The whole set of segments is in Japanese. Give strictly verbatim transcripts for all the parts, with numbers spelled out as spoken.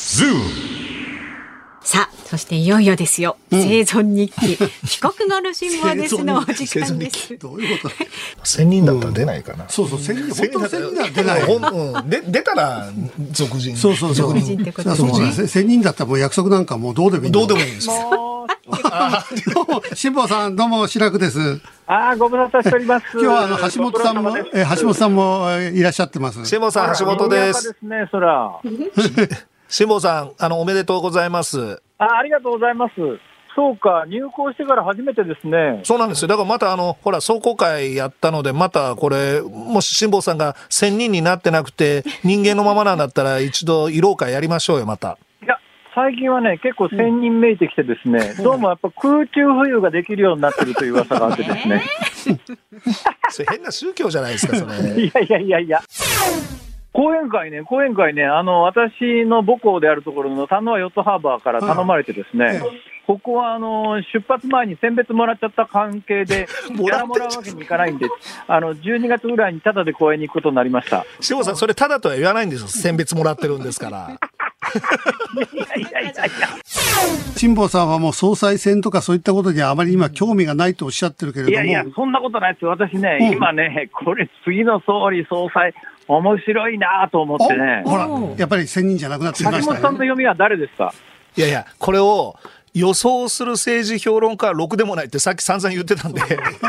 さあ、そしていよいよですよ、うん、生存日記帰国後の辛抱ですのお時間です。 どういうこと？ 千人だったら出ないかな、 うん、そうそう千人本当千人だったら出ない、 うん、で出たら俗人、 そうそうそう俗人ってことですね。そうですね、千人だったらもう約束なんかもうどうでもいいどうでもいいんですどうも辛坊さん、どうも白くです。 ああ、ご無沙汰しております。 今日はあの橋本さんもえ橋本さんもいらっしゃってます。 辛坊さん、橋本です。 ですね、そら辛坊さん、あのおめでとうございます。 あ、ありがとうございます。そうか、入校してから初めてですね。 そうなんですよ。だからまたあのほら壮行会やったので、またこれもし辛坊さんがせんにんになってなくて人間のままなんだったら一度慰労会やりましょうよ。またいや最近はね結構せんにんめいてきてですね、うん、どうもやっぱ空中浮遊ができるようになってるという噂があってですねそれ変な宗教じゃないですかそれいやいやいやいや講演会ね、講演会ね、あの私の母校であるところの田野ヨットハーバーから頼まれてですね、はい、ここはあの出発前に選別もらっちゃった関係でギャラもらうわけにいかないんであのじゅうにがつぐらいにタダで講演に行くことになりました。 辛坊さん、それタダとは言わないんですよ。選別もらってるんですからいやいやいやいや辛坊さんはもう総裁選とかそういったことにはあまり今興味がないとおっしゃってるけれども。 いやいやそんなことないですよ。私ね、うん、今ねこれ次の総理総裁面白いなと思ってね。 ほらやっぱりせんにんじゃなくなってきましたね。 橋本さんの読みは誰ですか？ いやいや、これを予想する政治評論家はろくでもないってさっき散々言ってたんで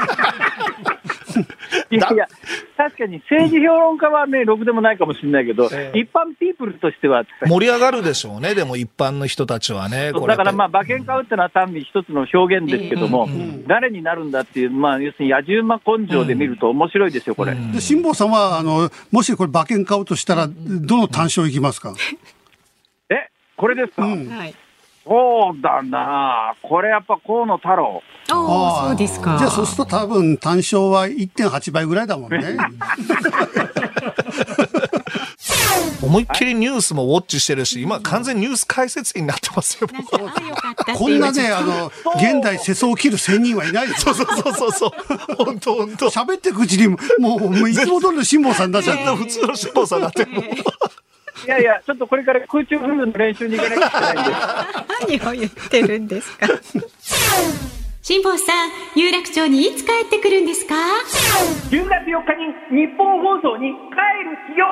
いやいや確かに政治評論家はねろくでもないかもしれないけど、えー、一般ピープルとしては盛り上がるでしょうね。でも一般の人たちはね、これだからまあ馬券買うってのは単に一つの表現ですけども、うんうん、誰になるんだっていう、まあ、要するに野じ馬根性で見ると面白いですよこれ、うん、 で辛坊さんはあのもしこれ馬券買うとしたらどの単勝いきますか？ えこれですか？ うん、 はいそうだな、これやっぱ河野太郎。 ああ、そうですか。 じゃあそうすると多分単勝は いってんはち 倍ぐらいだもんね思いっきりニュースもウォッチしてるし、今完全にニュース解説員になってますよ。 こんなね、あの現代世相を切る仙人はいないです。 そうそうそうそうそう本当本当喋っていくうちにもうもういつも通りの辛坊さんになっちゃって普通の辛坊さんになってるいやいや、ちょっとこれから空中浮遊の練習に行かなきゃいけないんで何を言ってるんですか辛坊さん、有楽町にいつ帰ってくるんですか？ じゅうがつよっかに日本放送に帰るよ。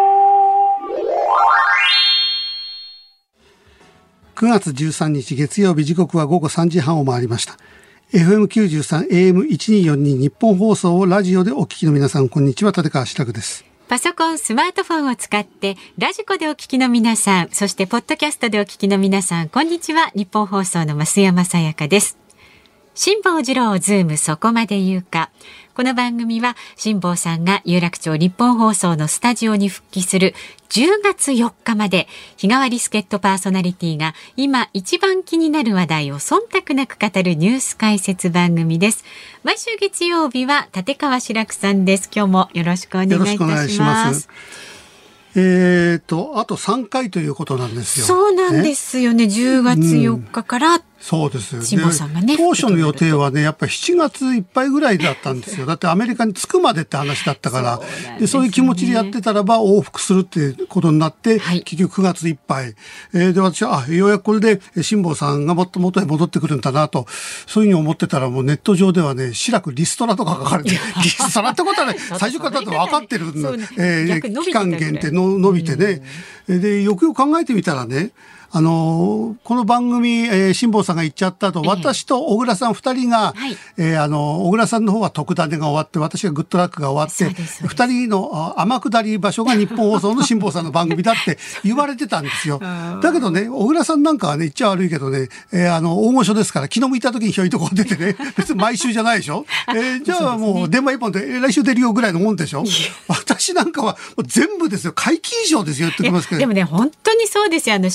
くがつじゅうさんにち月曜日、時刻はごごさんじはんを回りました。 エフエムきゅうじゅうさん エーエムせんにひゃくよんじゅうに 日本放送をラジオでお聞きの皆さん、こんにちは。立川志らくです。 パソコン、スマートフォンを使ってラジコでお聞きの皆さん、そしてポッドキャストでお聞きの皆さん、こんにちは。日本放送の増山さやかです。辛坊治郎ズームそこまで言うか。この番組は辛坊さんが有楽町日本放送のスタジオに復帰するじゅうがつよっかまで、日替わり助っ人パーソナリティが今一番気になる話題を忖度なく語るニュース解説番組です。毎週月曜日は立川志らくさんです。今日もよろしくお願いいたします。よろしくお願いします。 えーと、あとさんかいということなんですよ。 そうなんですよね。じゅうがつよっかから、うん、 そうですよ。 辛坊さんがね、 当初の予定はね、やっぱりしちがついっぱいぐらいだったんですよ。だってアメリカに着くまでって話だったから、そうですね、でそういう気持ちでやってたらば往復するっていうことになって、はい、結局くがついっぱい。えー、で、私は、あ、ようやくこれで辛坊さんがもっと元へ戻ってくるんだなと、そういうふうに思ってたら、もうネット上ではね、志らくリストラとか書かれて、リストラってことはね、最初からだって分かってるの、えー、期間限定の伸びてね、でよくよく考えてみたらね、あのこの番組、えー、辛坊さんが言っちゃった後、えー、私と小倉さん二人が、はい、えー、あの小倉さんの方は特ダネが終わって、私がグッドラックが終わって、二人の天下り場所が日本放送の辛坊さんの番組だって言われてたんですよ。だけどね、小倉さんなんかはね、言っちゃ悪いけどね、えー、あの大御所ですから、昨日もいた時にひょいとこ出てね、別に毎週じゃないでしょ。えー、じゃあもう電話一本で来週出るよぐらいのもんでしょ。私なんかはもう全部ですよ、皆勤賞ですよ言ってきますけど。 でもね、本当にそうですよ。あの辛坊さん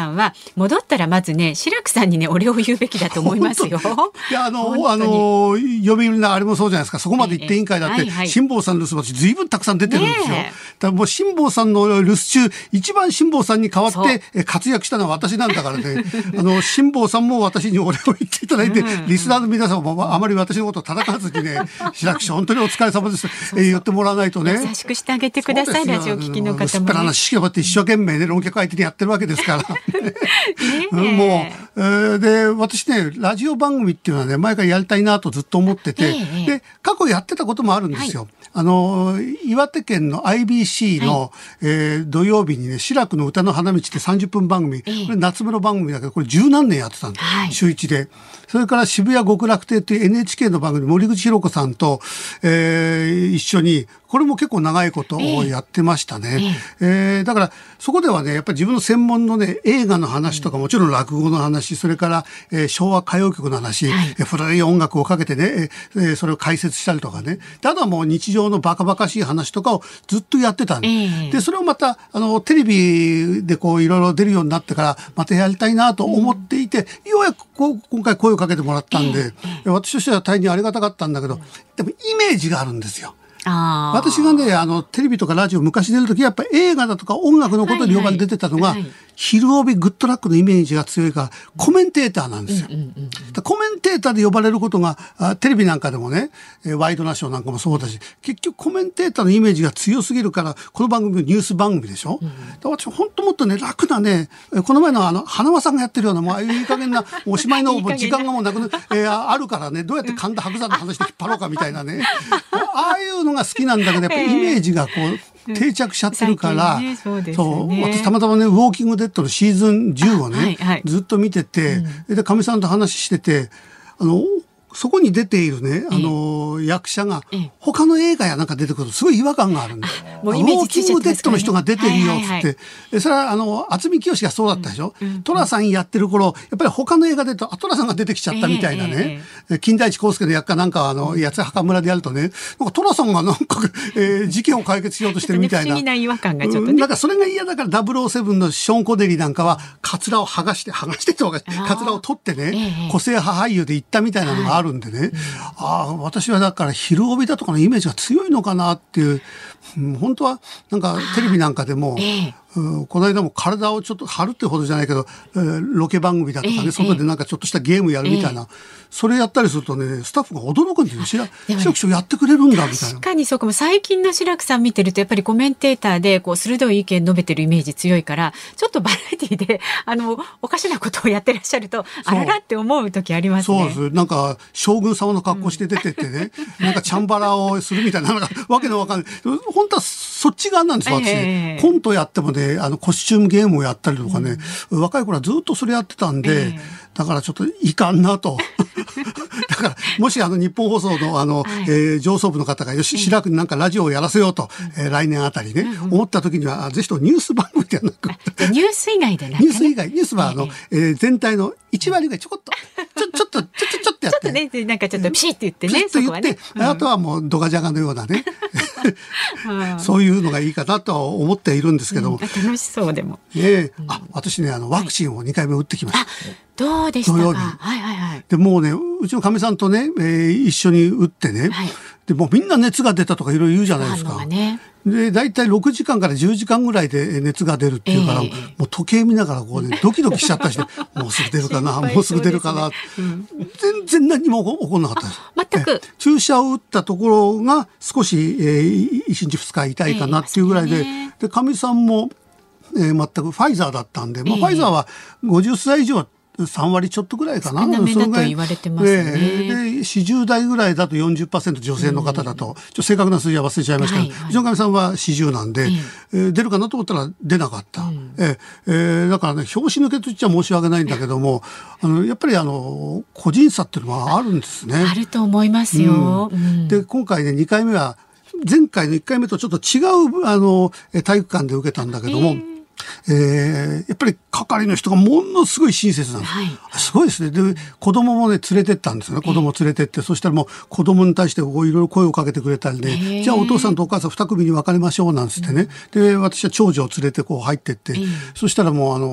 さんは戻ったらまずね志らくさんにねお礼を言うべきだと思いますよ。 いやあのあの読売のあれもそうじゃないですか。そこまで言って委員会だって、ええはいはい、辛坊さんの留守ずいぶんたくさん出てるんですよ。ね、だからもう辛坊さんの留守中一番辛坊さんに代わって活躍したのは私なんだからねあの辛坊さんも私にお礼を言っていただいて、うん、リスナーの皆さんもあまり私のことを叩かずにね志らく師匠本当にお疲れ様ですそうそう、えー、言ってもらわないとね。 優しくしてあげてください。ラジオ聞きの方も、ね、 すっぺらな知識を持って一生懸命ね論客相手にやってるわけですからもう、えー、で私ねラジオ番組っていうのはね前からやりたいなとずっと思ってて、えー、で過去やってたこともあるんですよ。はい、あの岩手県の アイビーシー の、はいえー、土曜日にね志らくの歌の花道ってさんじゅっぷん番組、えー、これ夏目の番組だけどこれ十何年やってたんです、はい、週一で。それから渋谷極楽亭っていう エヌエイチケー の番組森口博子さんと、えー、一緒にこれも結構長いことをやってましたね。えーえー、だからそこではねやっぱり自分の専門のね映画の話とかもちろん落語の話それから、えー、昭和歌謡曲の話、はい、古い音楽をかけてね、えー、それを解説したりとかねあとはもう日常のバカバカしい話とかをずっとやってたんで、えー、でそれをまたあのテレビでこういろいろ出るようになってからまたやりたいなと思っていて、うん、ようやくこう今回声をかけてもらったんで、えー、私としては大変にありがたかったんだけどでもイメージがあるんですよ。あ私がねあのテレビとかラジオ昔出るときやっぱり映画だとか音楽のことに評判出てたのが、はいはいはい、昼帯グッドラックのイメージが強いからコメンテーターなんですよ、うんうんうんうん、コメンテーターで呼ばれることがテレビなんかでもねワイドナショーなんかもそうだし結局コメンテーターのイメージが強すぎるからこの番組はニュース番組でしょ、うん、私本当もっとね楽なねこの前のあの花輪さんがやってるようなもういい加減なおしまいの時間がもうなくなる、えー、あるからねどうやって神田伯山の話で引っ張ろうかみたいなねああいうのが好きなんだけどやっぱりイメージがこう定着しちゃってるから、うんね そうですね、そう私たまたまねウォーキングデッドのシーズンじゅうをね、はいはい、ずっと見てて、うん、でかみさんと話しててあのそこに出ているね、あのー、役者が他の映画やなんか出てくるとすごい違和感があるんだよ。ウォーキングデッドの人が出てるよっつって、はいはいはい、それはあの渥美清がそうだったでしょ、うんうんうん、寅さんやってる頃やっぱり他の映画でと寅さんが出てきちゃったみたいなね、えーえー、金田一耕助の役かなんかあの八つ墓村でやるとねなんか寅さんがなんか、えー、事件を解決しようとしてるみたいな、 不思議な違和感がちょっとね、 なんかそれが嫌だからダブルオーセブンのショーン・コネリーなんかはカツラを剥がして剥がしてとかカツラを取ってね、えー、個性派俳優で行ったみたいなのがあるんでね、はい、ああ私はだから昼帯だとかのイメージが強いのかなっていう、うん、本当はなんかテレビなんかでも、えーうん、この間も体をちょっと張るってほどじゃないけど、えー、ロケ番組だとかね、えー、外でなんかちょっとしたゲームやるみたいな、えー、それやったりするとねスタッフが驚くんですよ。志らく師匠やってくれるんだみたいな。 確かにそうかも。最近の志らくさん見てるとやっぱりコメンテーターでこう鋭い意見述べてるイメージ強いからちょっとバラエティであのおかしなことをやってらっしゃるとあららって思う時ありますね。 そうです。なんか将軍様の格好して出てってね、うん、なんかチャンバラをするみたいな、なんかわけのわかんない本当はそっち側なんですよ私、えー、コントやってもねあのコスチュームゲームをやったりとかね、うん、若い頃はずっとそれやってたんで、えー、だからちょっといかんなとだからもしあの日本放送のあの、はいえー、上層部の方がよし志らくになんかラジオをやらせようと、うんえー、来年あたりね、うんうん、思った時にはぜひとニュース番組ではなくニュース以外でなく、ね、 ニュース以外ニュースはあの、えーえー、全体のいちわりぐらいちょこっとちょちょっとちょちょちょっとやってちょっとねなんかちょっとピシッって言ってね、 ピシッと言って、そこはね、うん、あとはもうドガジャガのようなねそういうのがいいかなとは思っているんですけども、うん、 楽しそうでも、 ねうん、あ私ねあのワクチンをにかいめ打ってきました、はい、 どうでしたか。 土曜日、はいはいはい、でもうねうちのかみさんとね、えー、一緒に打ってね、はい、でもうみんな熱が出たとかいろいろ言うじゃないですか、ね、でだいたいろくじかんからじゅうじかんぐらいで熱が出るっていうから、えー、もう時計見ながらこうねドキドキしちゃったりしてもうすぐ出るかなもうすぐ出るかな、うん、全然何も起こんなかったです。 全く注射を打ったところが少し、えー、いちにちふつか痛いかなっていうぐらいで、えーね、でかみさんも、えー、全くファイザーだったんで、まあ、ファイザーはごじゅっさい以上さんわりちょっとぐらいかな。 少なめだと言われてますね。 で、よんじゅうだいぐらいだと よんじゅっパーセント 女性の方だと、うん、ちょっと正確な数字は忘れちゃいましたけど、はいはい、うちのかみさんはよんじゅうなんで、うんえー、出るかなと思ったら出なかった。うんえー、だからね、拍子抜けと言っちゃ申し訳ないんだけども、あのやっぱりあの個人差っていうのはあるんですね。 あると思いますよ。 うん、で、今回ね、にかいめは、前回のいっかいめとちょっと違うあの体育館で受けたんだけども、えーえー、やっぱり係の人がものすごい親切なんです、はい、すごいですね。で子供もね連れてったんですよね。子供連れてって、えー、そしたらもう子供に対していろいろ声をかけてくれたりね、えー、じゃあお父さんとお母さんに組に分かれましょうなんつってね、うん、で私は長女を連れてこう入ってって、えー、そしたらもうあの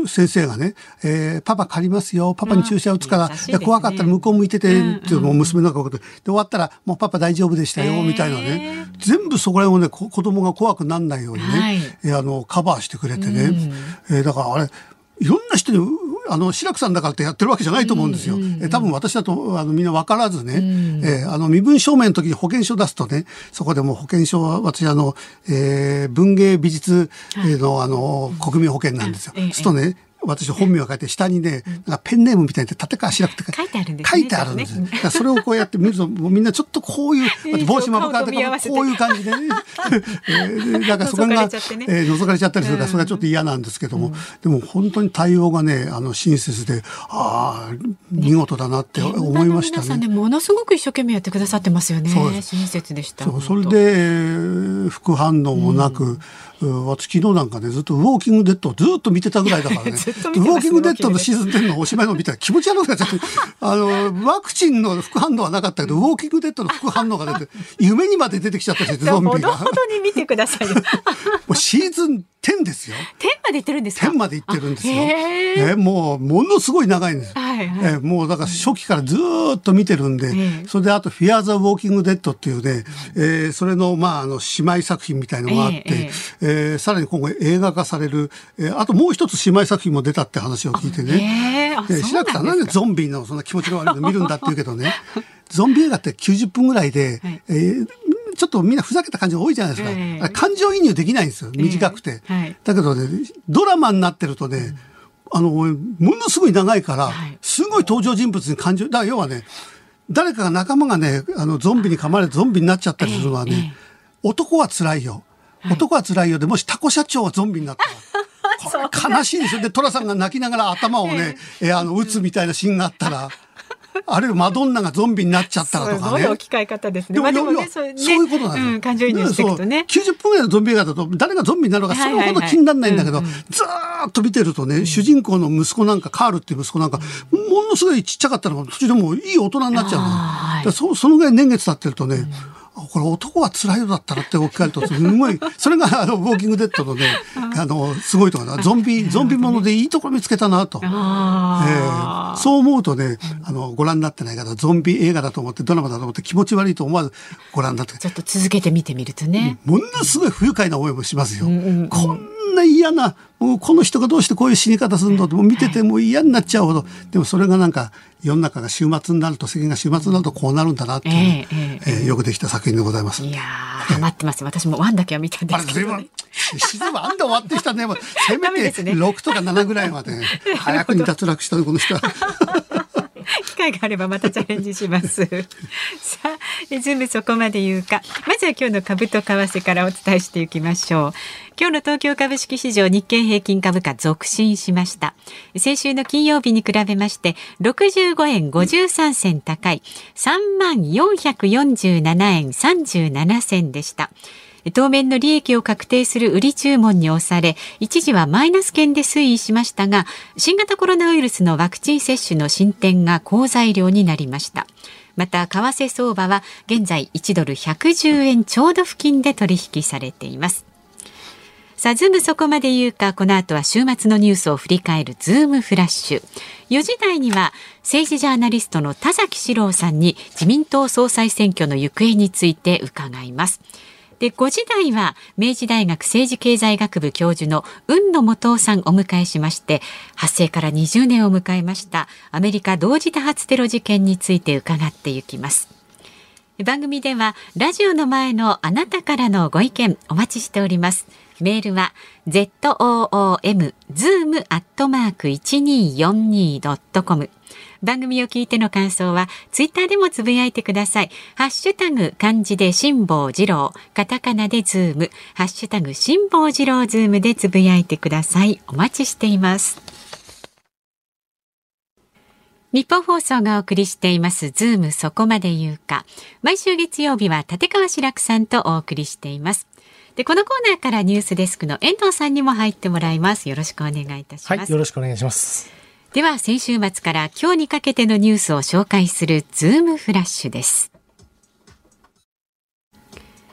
先生がね、えー、パパ借りますよ、パパに注射打つから、いや怖かったら向こう向いててってもう娘のことで、で終わったらもうパパ大丈夫でしたよみたいなね、全部そこら辺をね子供が怖くならないようにね、はい、えー、あのカバーしてくれてね、うん、えー、だからあれいろんな人にあの志らくさんだからってやってるわけじゃないと思うんですよ。うんうんうん、え多分私だとあのみんな分からずね、うん、えー、あの身分証明の時に保険証出すとね、そこでも保険証は私あの、えー、文芸美術の、はい、あの国民保険なんですよ。そうするとね、私本名を書いて下にね、なんかペンネームみたいに立川志らくって書いてあるんですね。 書いてあるんです。ね、それをこうやって見るともうみんなちょっとこういう帽子まぶかってこういう感じでね、えー、なんかそこが、ね、えー、覗かれちゃったりするからそれはちょっと嫌なんですけども、うん、でも本当に対応がねあの親切で、ああ見事だなって思いましたね。 皆さんねものすごく一生懸命やってくださってますよね。親切でした。 そう、それで副反応もなく、うん、私昨日なんかねずっとウォーキングデッドをずっと見てたぐらいだからね。ウォーキングデッドのシーズンテンのおしまいの見たら気持ち悪くなっちゃってあのワクチンの副反応はなかったけどウォーキングデッドの副反応が出て夢にまで出てきちゃったしゾンビがほどほどに見てくださいよもうシーズンテンですよ。 テンまで行ってるんですか。 テンまで行ってるんですよ。えー、もうものすごい長いんです、 はいはい、 えー、もうだから初期からずっと見てるんで、えー、それであとフィアーザ・ウォーキングデッドっていうね、えー、それのまああの姉妹作品みたいのがあって、えーえーえー、さらに今後映画化される、えー、あともう一つ姉妹作品も出たって話を聞いてね、えー、志らくさんなんでゾンビのそんな気持ちが悪いの見るんだって言うけどねゾンビ映画ってきゅうじゅっぷんぐらいで、はい、えーちょっとみんなふざけた感じが多いじゃないですか、えー、感情移入できないんですよ短くて、えーはい、だけどねドラマになってるとね、うん、あのものすごい長いから、はい、すごい登場人物に感情だから要はね誰かが仲間がねあのゾンビに噛まれてゾンビになっちゃったりするのはね、えー、男は辛いよ、はい、男は辛いよでもしタコ社長がゾンビになったらこれ悲しいんですよ。で寅さんが泣きながら頭をね、えー、あの打つみたいなシーンがあったらあるいはマドンナがゾンビになっちゃったらとかね。 すごい置き換え方ですね。でも、まあ、でもね、そうね、 そういうことなんですよ、 うん、感情移入していくとね。 きゅうじゅっぷんぐらいのゾンビ映画だと誰がゾンビになるのかそれほど気にならないんだけど、ずーっと見てるとね、うん、主人公の息子なんかカールっていう息子なんか、うん、ものすごいちっちゃかったのが途中でもういい大人になっちゃうの、はい、そ, そのぐらい年月経ってるとね、うん、これ男は辛いよだったらって置き換えるとすごいそれがあのウォーキングデッドのねあのすごいところだゾンビゾンビものでいいところ見つけたなと、えー、そう思うとねあのご覧になってない方ゾンビ映画だと思ってドラマだと思って気持ち悪いと思わずご覧になってちょっと続けて見てみるとねものすごい不愉快な思いもしますよ、うんうんうん、こんな嫌なもうこの人がどうしてこういう死に方するのってもう見ててもう嫌になっちゃうほどでもそれがなんか世の中が終末になると世間が終末になるとこうなるんだなっていう、えーえーえー、よくできた作品でございます。 いやーハマってます、私もワンだけは見たんですけど、ね、 シーズンワンで終わってきたねせめてろくとかななぐらいまで、ね、早くに脱落したこの人は機会があればまたチャレンジしますさあズームそこまで言うかまずは今日の株と為替からお伝えしていきましょう。今日の東京株式市場日経平均株価続伸しました。先週の金曜日に比べましてろくじゅうごえんごじゅうさんせん高い さんまんよんひゃくよんじゅうななえんさんじゅうななせんでした。当面の利益を確定する売り注文に押され一時はマイナス圏で推移しましたが新型コロナウイルスのワクチン接種の進展が好材料になりました。また為替相場は現在いちドルひゃくじゅうえんちょうど付近で取引されています。さあズームそこまで言うかこの後は週末のニュースを振り返るズームフラッシュよじ台には政治ジャーナリストの田崎史郎さんに自民党総裁選挙の行方について伺います。でごじ台は明治大学政治経済学部教授の海野素央さんお迎えしまして発生からにじゅうねんを迎えましたアメリカ同時多発テロ事件について伺っていきます。番組ではラジオの前のあなたからのご意見お待ちしております。メールは ズーム ズーム アットマーク いちにーよんにー ドットコム 番組を聞いての感想はツイッターでもつぶやいてください。ハッシュタグ漢字で辛坊治郎カタカナでズームハッシュタグ辛坊治郎ズームでつぶやいてください。お待ちしています。日本放送がお送りしていますズームそこまで言うか毎週月曜日は立川志らくさんとお送りしています。でこのコーナーからニュースデスクの遠藤さんにも入ってもらいます。よろしくお願いいたします。 はい、よろしくお願いします。 では先週末から今日にかけてのニュースを紹介するズームフラッシュです。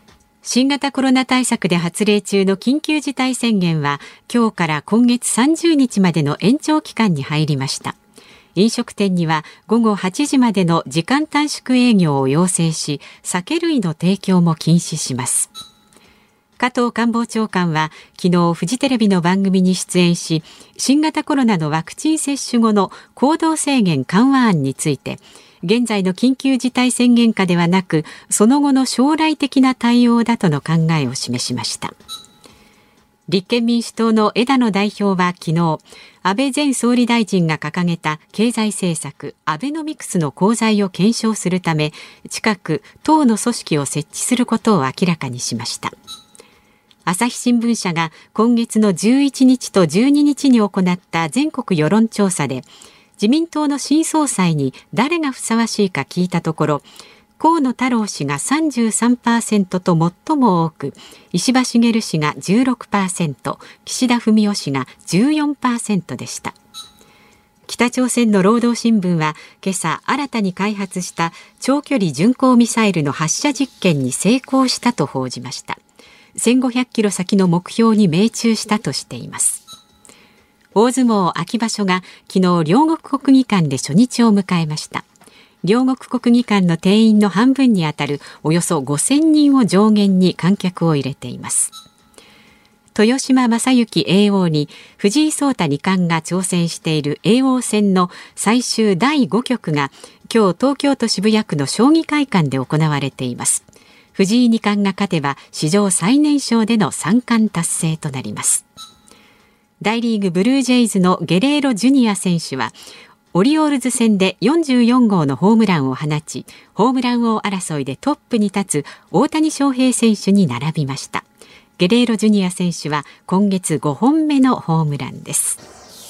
新型コロナ対策で発令中の緊急事態宣言は今日から今月さんじゅうにちまでの延長期間に入りました。飲食店には午後はちじまでの時間短縮営業を要請し、酒類の提供も禁止します。加藤官房長官は昨日フジテレビの番組に出演し、新型コロナのワクチン接種後の行動制限緩和案について、現在の緊急事態宣言下ではなく、その後の将来的な対応だとの考えを示しました。立憲民主党の枝野代表は昨日、安倍前総理大臣が掲げた経済政策アベノミクスの功罪を検証するため、近く党の組織を設置することを明らかにしました。朝日新聞社が今月のじゅういちにちとじゅうににちに行った全国世論調査で、自民党の新総裁に誰がふさわしいか聞いたところ、河野太郎氏が さんじゅうさんパーセント と最も多く、石破茂氏が じゅうろくパーセント、岸田文雄氏が じゅうよんパーセント でした。北朝鮮の労働新聞は今朝新たに開発した長距離巡航ミサイルの発射実験に成功したと報じました。せんごひゃくキロ先の目標に命中したとしています。大相撲秋場所が昨日両国国技館で初日を迎えました。両国国技館の定員の半分にあたるおよそごせんにんを上限に観客を入れています。豊島将之叡王に藤井聡太二冠が挑戦している叡王戦の最終だいごきょくが今日東京都渋谷区の将棋会館で行われています。藤井二冠が勝てば史上最年少での三冠達成となります。大リーグブルージェイズのゲレーロジュニア選手はオリオールズ戦でよんじゅうよんごうのホームランを放ち、ホームラン王争いでトップに立つ大谷翔平選手に並びました。ゲレーロジュニア選手は今月ごほんめのホームランです。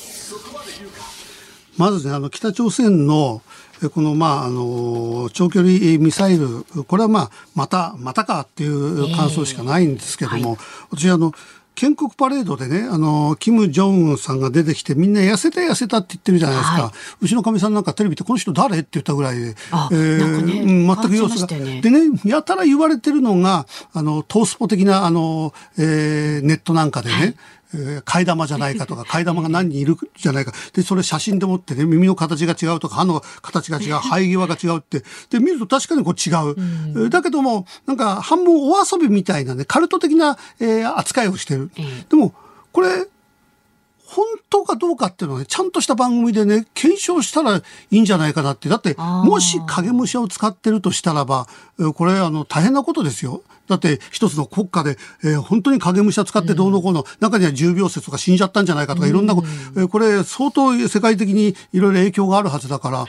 まずね、あの北朝鮮のこのまああの長距離ミサイル、これはまあまたまたかっていう感想しかないんですけども、えーはい、私あの建国パレードでね、あの金正恩さんが出てきてみんな痩せた痩せたって言ってるじゃないですか、はい、うちのかみさんなんかテレビでこの人誰って言ったぐらいで、 えーね、 うん、全く様子が、ね、でね、やたら言われてるのがあのトースポ的なあの、えー、ネットなんかでね、はい、えー、替え玉じゃないかとか替え玉が何人いるじゃないかで、それ写真でもってね、耳の形が違うとか歯の形が違う、生え際が違うってで見ると確かにこう違う、うん、だけどもなんか半分お遊びみたいなね、カルト的な、えー、扱いをしてる、うん、でもこれ本当かどうかっていうのはね、ちゃんとした番組でね、検証したらいいんじゃないかなって。だって、もし影武者を使ってるとしたらば、これ、あの、大変なことですよ。だって一つの国家で、えー、本当に影武者使ってどうのこうの、うん、中には重病説とか死んじゃったんじゃないかとかいろんなこと、うん、えー、これ相当世界的にいろいろ影響があるはずだから、はい、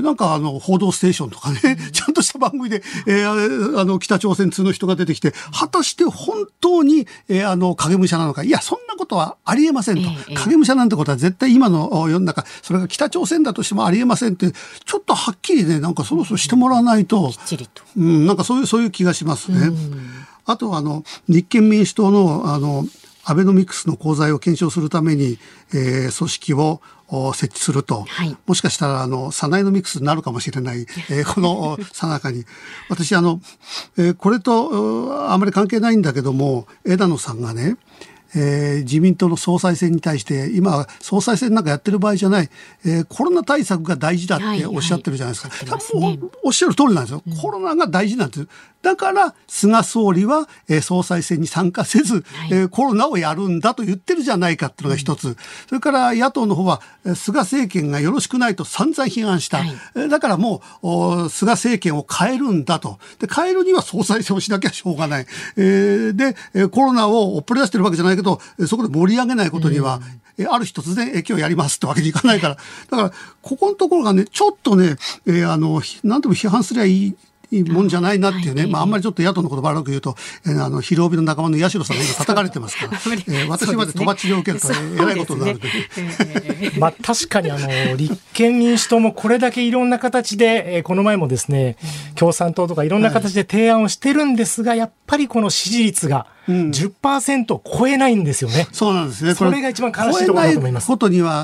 なんかあの報道ステーションとかね、うん、ちゃんとした番組で、えー、あの北朝鮮通の人が出てきて、果たして本当に、えー、あの影武者なのか、いやそんなことはありえませんと、えー、影武者なんてことは絶対今の世の中、それが北朝鮮だとしてもありえませんって、ちょっとはっきりね、なんかそろそろしてもらわないと、 きっちりと、 うん、なんかそういうそういう気がしますね。うん、あとあの立憲民主党のあのアベノミクスの功罪を検証するために、えー、組織を設置すると、はい、もしかしたらあのサナエノミクスになるかもしれない、えー、このさなかに私あの、えー、これとあまり関係ないんだけども、枝野さんがね、えー、自民党の総裁選に対して今総裁選なんかやってる場合じゃない、えー、コロナ対策が大事だっておっしゃってるじゃないですか、はいはい、お, おっしゃる通りなんですよ、うん、コロナが大事なんです。だから菅総理は、えー、総裁選に参加せず、はい、えー、コロナをやるんだと言ってるじゃないかっていうのが一つ、うん、それから野党の方は菅政権がよろしくないと散々批判した、はい、だからもう菅政権を変えるんだと。で変えるには総裁選をしなきゃしょうがない、えー、でコロナをおっぽり出してるわけじゃないけど、そこで盛り上げないことには、うん、ある日突然今日やりますってわけにいかないから、だからここのところがねちょっとね、えー、あの何でも批判すりゃいいいいもんじゃないなっていうね、まああんまりちょっと野党のことばらく言うと、えー、あの昼帯の仲間の八代さんが今叩かれてますから、えー、私までとばっちりを受けるとえらいことになるという。 まあ確かにあの立憲民主党もこれだけいろんな形で、えー、この前もですね、共産党とかいろんな形で提案をしてるんですが、やっぱりこの支持率がじゅっパーセントを超えないんですよね。 そうなんですね。 それが一番悲しいところだと思います。 超えないことには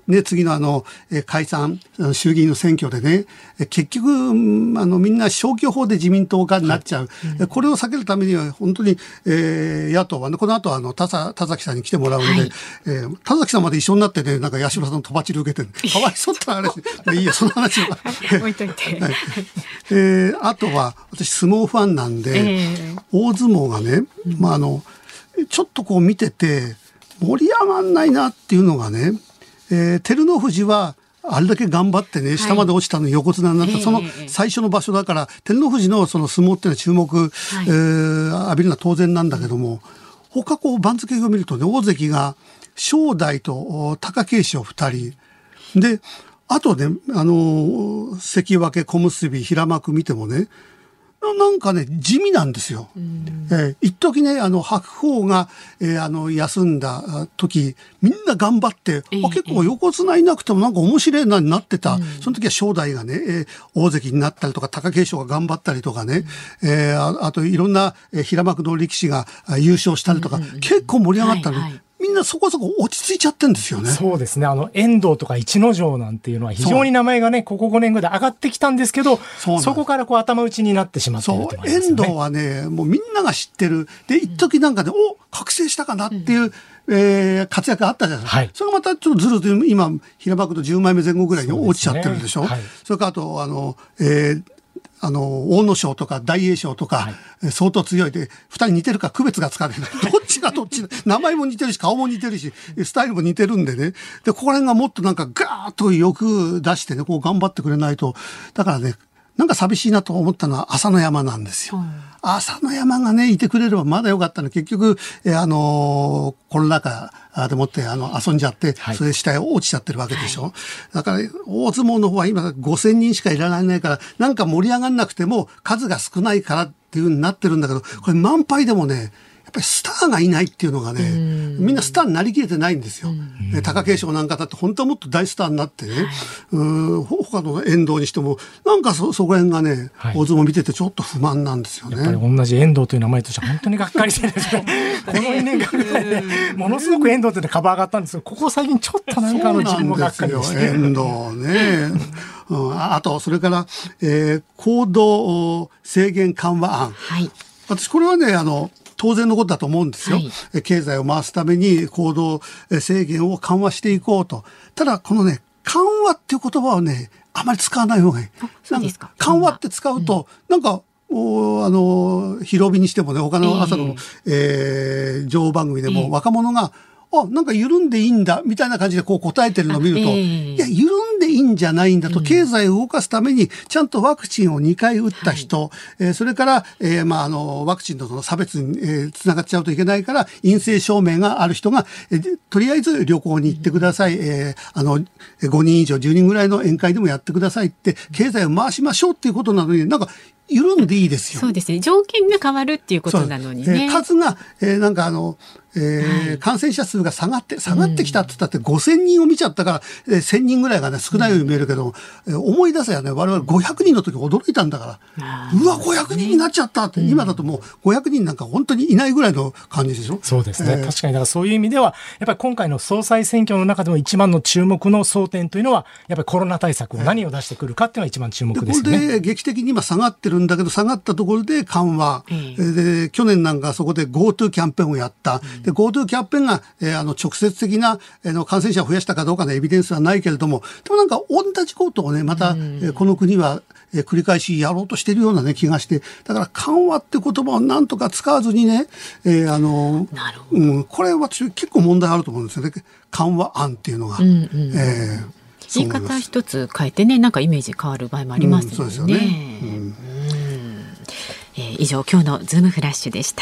ね、次のあの、解散、衆議院の選挙でね、結局、あの、みんな消去法で自民党化になっちゃう。はいうん、これを避けるためには、本当に、えー、野党はね、この後あの、田崎さんに来てもらうんで、はいえー、田崎さんまで一緒になってね、なんか八代さんのとばちり受けてる。かわいそうって話。いいや、その話は。 置いといて。 はいえー、あとは、私、相撲ファンなんで、えー、大相撲がね、まあ、あの、ちょっとこう見てて、盛り上がんないなっていうのがね、えー、照ノ富士はあれだけ頑張ってね、下まで落ちたのに横綱になった、はい、その最初の場所だから、照ノ富士のその相撲っていうのは注目、はいえー、浴びるのは当然なんだけども、他こう番付を見るとね、大関が正代と貴景勝ふたり。で、あとね、あの、関脇、小結、平幕見てもね、なんかね、地味なんですよ。えー、一時ね、あの、白鵬が、えー、あの、休んだ時、みんな頑張って、えー、あ結構横綱いなくてもなんか面白いなになってた。うん、その時は正代がね、えー、大関になったりとか、貴景勝が頑張ったりとかね、うん、えー、あ, あといろんな、えー、平幕の力士が優勝したりとか、うんうんうん、結構盛り上がったの。はいはいみんなそこそこ落ち着いちゃってんですよね。 そうですね。あの、遠藤とか逸ノ城なんていうのは非常に名前がね、ここごねんぐらいで上がってきたんですけど、そ, そこからこう頭打ちになってしまっていると思いますよね。 そう、遠藤はね、もうみんなが知ってる。で、一時なんかで、うん、お、覚醒したかなっていう、うんえー、活躍があったじゃないですか。はい、それがまたちょっとずるずる今、平幕のじゅうまいめ前後ぐらいに落ちちゃってるでしょ。そ, ねはい、それからあと、あの、えーあの、大野賞とか大栄翔とか、はい、相当強いで、二人似てるか区別がつかない。どっちがどっちだ。名前も似てるし、顔も似てるし、スタイルも似てるんでね。で、ここら辺がもっとなんかガーッとよく出してね、こう頑張ってくれないと。だからね、なんか寂しいなと思ったのは朝乃山なんですよ。うん、朝乃山がね、いてくれればまだよかったの。結局、えあのー、コロナ禍でもって、あの、遊んじゃって、はい、それで下へ落ちちゃってるわけでしょ。はい、だから、大相撲の方は今ごせんにんしかいらないから、なんか盛り上がんなくても数が少ないからっていう風になってるんだけど、これ満杯でもね、やっぱりスターがいないっていうのがね、みんなスターになりきれてないんですよ。貴景勝なんかだって本当はもっと大スターになってね、はい、うん他の遠藤にしても、なんか そ, そこら辺がね、はい、大相撲見ててちょっと不満なんですよね。 やっぱり同じ遠藤という名前としては本当にがっかりしてるんですよ。このにねんかんぐらいで、ものすごく遠藤というのは株上がったんですけど、ここ最近ちょっとなんかあの自分もがっかりでして。 遠藤ね。うん、あと、それから、えー、行動制限緩和案。はい、私、これはね、あの、当然のことだと思うんですよ。はい、経済を回すために行動制限を緩和していこうと。ただ、このね、緩和っていう言葉をね、あまり使わない方がいい。 そうですか。 緩和って使うと、うん、なんか、あの、広帯にしてもね、他の朝の、えーえー、情報番組でも若者が、えー、あ、なんか緩んでいいんだ、みたいな感じでこう答えてるのを見ると、えー、いや、緩んでいいんじゃないんだと、経済を動かすために、ちゃんとワクチンをにかい打った人、はいえー、それから、えー、まあ、あの、ワクチンのその差別に、えー、つながっちゃうといけないから、陰性証明がある人が、えー、とりあえず旅行に行ってください、えー、あの、ごにん以上、じゅうにんぐらいの宴会でもやってくださいって、経済を回しましょうっていうことなのに、なんか、緩んでいいですよ。 そうですね。条件が変わるっていうことなのにね。 えー、数が、えー、なんかあの、えーはい、感染者数が下がって、下がってきたって言ったってごせんにんを見ちゃったから、えー、せんにんぐらいがね、少ないように見えるけど、うん、えー、思い出せばね、我々ごひゃくにんの時驚いたんだから、うわ、ごひゃくにんになっちゃったって、ね、今だともうごひゃくにんなんか本当にいないぐらいの感じでしょ。 そうですね。えー、確かに、だからそういう意味では、やっぱり今回の総裁選挙の中でも一番の注目の争点というのは、やっぱりコロナ対策を何を出してくるかっていうのが一番注目ですよね。 で、これで劇的に今下がってるんだけど、下がったところで緩和。えー、で、去年なんかそこで GoTo キャンペーンをやった。で、GoTo キャンペーンが、えー、あの直接的な、えー、の感染者を増やしたかどうかのエビデンスはないけれども、でもなんか同じことをね、また、えー、この国は、えー、繰り返しやろうとしているようなね、気がして、だから緩和って言葉をなんとか使わずにね、えー、あの、なるほど。うん、これ私結構問題あると思うんですよね。緩和案っていうのが。うんうん、えー、 言い方一つ変えてね、なんかイメージ変わる場合もありますよね。うん、そうですよね。うんうんえー、以上、今日のズームフラッシュでした。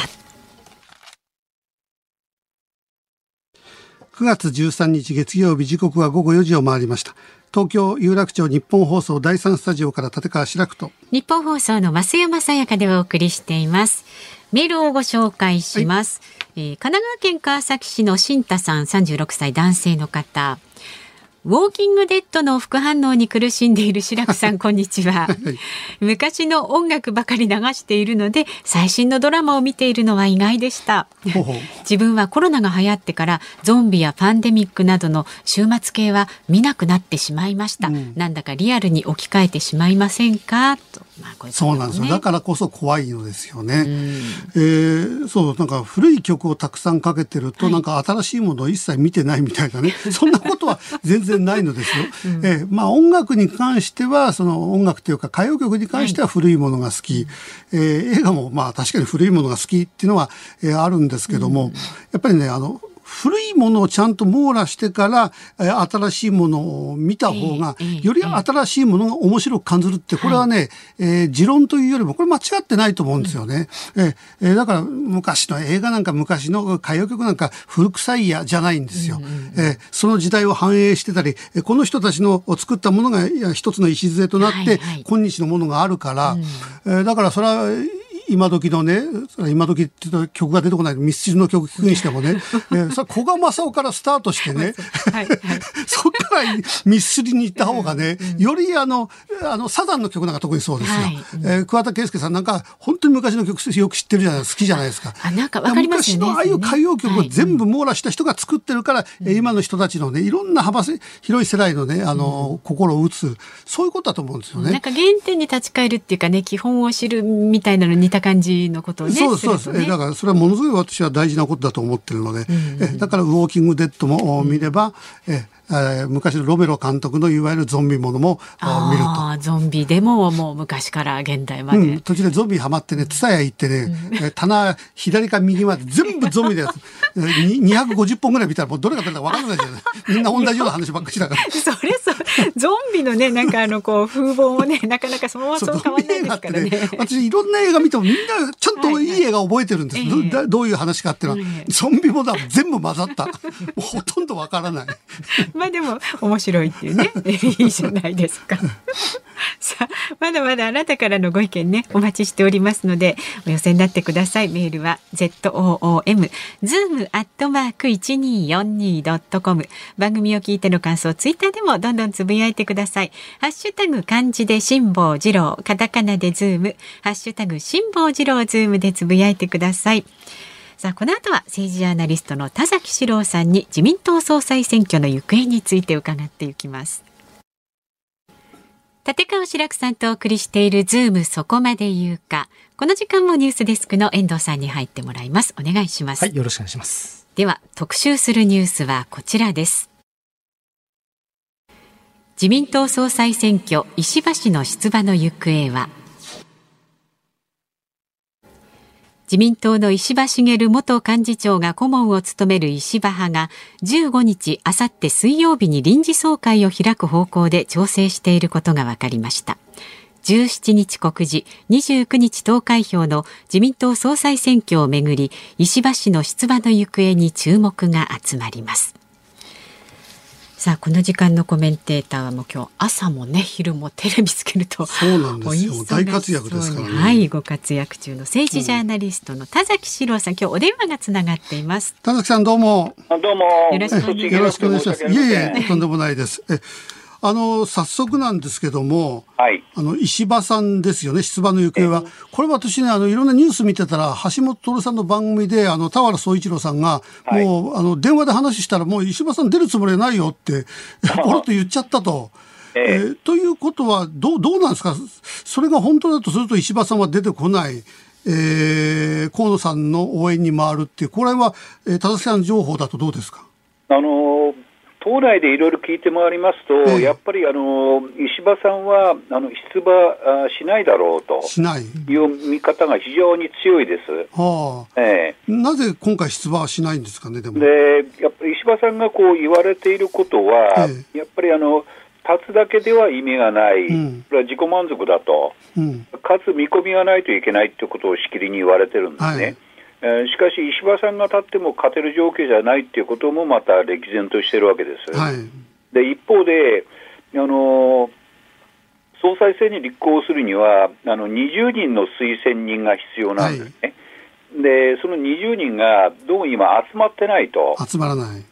くがつじゅうさんにち月曜日、時刻はごごよじを回りました。東京有楽町日本放送だいさんスタジオから立川志らくと日本放送の増山さやかでお送りしています。メールをご紹介します。はいえー、神奈川県川崎市の新太さん、さんじゅうろくさい男性の方。 ウォーキングデッドの副反応に苦しんでいる志らくさんこんにちは、はい、昔の音楽ばかり流しているので最新のドラマを見ているのは意外でしたほうほう自分はコロナが流行ってからゾンビやパンデミックなどの終末系は見なくなってしまいました、うん、なんだかリアルに置き換えてしまいませんかと、まあこういうことね、 そうなんですよ。だからこそ怖いのですよね、うんえー、そうなんか古い曲をたくさんかけてると、はい、なんか新しいものを一切見てないみたいなねそんなことは全然ないのですよ、うんえーまあ、音楽に関してはその音楽というか歌謡曲に関しては古いものが好き、はいえー、映画もまあ確かに古いものが好きっていうのは、えー、あるんですけども、うん、やっぱりねあの古いものをちゃんと網羅してから、えー、新しいものを見た方が、えー、より新しいものが面白く感じるってこれはね、はいえー、持論というよりもこれ間違ってないと思うんですよね、うんえー、だから昔の映画なんか昔の歌謡曲なんか古臭いやじゃないんですよ、うんうんうんえー、その時代を反映してたりこの人たちの作ったものが一つの礎となって、はいはい、今日のものがあるから、うんえー、だからそれは今時のね、今時って言うと曲が出てこないミスチルの曲聴くにしてもね、えー、それ古賀正夫からスタートしてね、はいはい、そっからミスチルに行った方がね、うん、よりあの、あのサザンの曲なんか特にそうですよ。はいうんえー、桑田佳祐さんなんか本当に昔の曲よく知ってるじゃないですか、好きじゃないですか。 あ、なんかわかりますよね。 昔のああいう歌謡曲を全部網羅した人が作ってるから、はい、今の人たちのね、いろんな幅広い世代のね、あの、うん、心を打つ、そういうことだと思うんですよね。 なんか原点に立ち返るっていうかね、基本を知るみたいなのに似た感じのことをね。 そうそうそう、ね、だからそれはものすごい私は大事なことだと思ってるので、うんうん、えだからウォーキングデッドも見れば、うん、ええー、昔のロメロ監督のいわゆるゾンビものも見ると。 あゾンビでももう昔から現代まで、 うん、途中でゾンビハマってねツタヤ行ってね、うん、棚左か右まで全部ゾンビでにひゃくごじゅっぽんぐらい見たらもうどれが出るか分からないじゃないみんな同じような話ばっかりだからそれそうゾンビのねなんかあのこう風貌もねなかなかそのままそう変わらないですからね。ね私いろんな映画見てもみんなちゃんといい映画覚えてるんです、はいはい、ど, どういう話かっていうのは、えー、ゾンビもだ全部混ざったもうほとんど分からないまあでも面白いっていうねいいじゃないですかさあまだまだあなたからのご意見ねお待ちしておりますのでお寄せになってください。メールは ズーム ズーム アットマーク いちにーよんにー ドットコム 番組を聞いての感想ツイッターでもどんどんつぶやいてください。ハッシュタグ漢字で辛坊治郎カタカナでズームハッシュタグ辛坊治郎ズームでつぶやいてください。さあこの後は政治ジャーナリストの田崎史郎さんに自民党総裁選挙の行方について伺っていきます。立川志らくさんとお送りしているズームそこまで言うか。この時間もニュースデスクの遠藤さんに入ってもらいます。お願いします。 はい、よろしくお願いします。 では特集するニュースはこちらです。自民党総裁選挙石破氏の出馬の行方は。自民党の石破茂元幹事長が顧問を務める石破派がじゅうごにちあさって水曜日に臨時総会を開く方向で調整していることが分かりました。じゅうしちにち告示、にじゅうくにち投開票の自民党総裁選挙をめぐり石破氏の出馬の行方に注目が集まります。さあこの時間のコメンテーターはもう今日朝もね昼もテレビつけるとそうなんですよ大活躍ですからね。 はいご活躍中の政治ジャーナリストの田崎史郎さん、今日お電話がつながっています。 田崎さんどうもどうもよろしくお願いします。 よろしくお願いします。いえいえとんでもないです。えあの早速なんですけども、はい、あの石破さんですよね出馬の行方は。これ私ねあのいろんなニュース見てたら橋本徹さんの番組であの田原総一郎さんが、はい、もうあの電話で話したらもう石破さん出るつもりはないよってポロッと言っちゃったと。えーえー、ということはどう、どうなんですか。それが本当だとすると石破さんは出てこない、えー、河野さんの応援に回るっていうこれは、えー、田崎さんの情報だとどうですか。 あのー党内でいろいろ聞いて回りますと、ええ、やっぱりあの石破さんはあの出馬しないだろうという見方が非常に強いです。 はあええ、なぜ今回出馬はしないんですかね。でもでやっぱり石破さんがこう言われていることは、ええ、やっぱりあの立つだけでは意味がない、うん、これは自己満足だと、うん、かつ見込みがないといけないということをしきりに言われてるんですね。はいえー、しかし石破さんが立っても勝てる条件じゃないということもまた歴然としているわけです、はい、で一方で、あのー、総裁選に立候補するにはあのにじゅうにんの推薦人が必要なんですね、はい、でそのにじゅうにんがどうも今集まってないと。 集まらない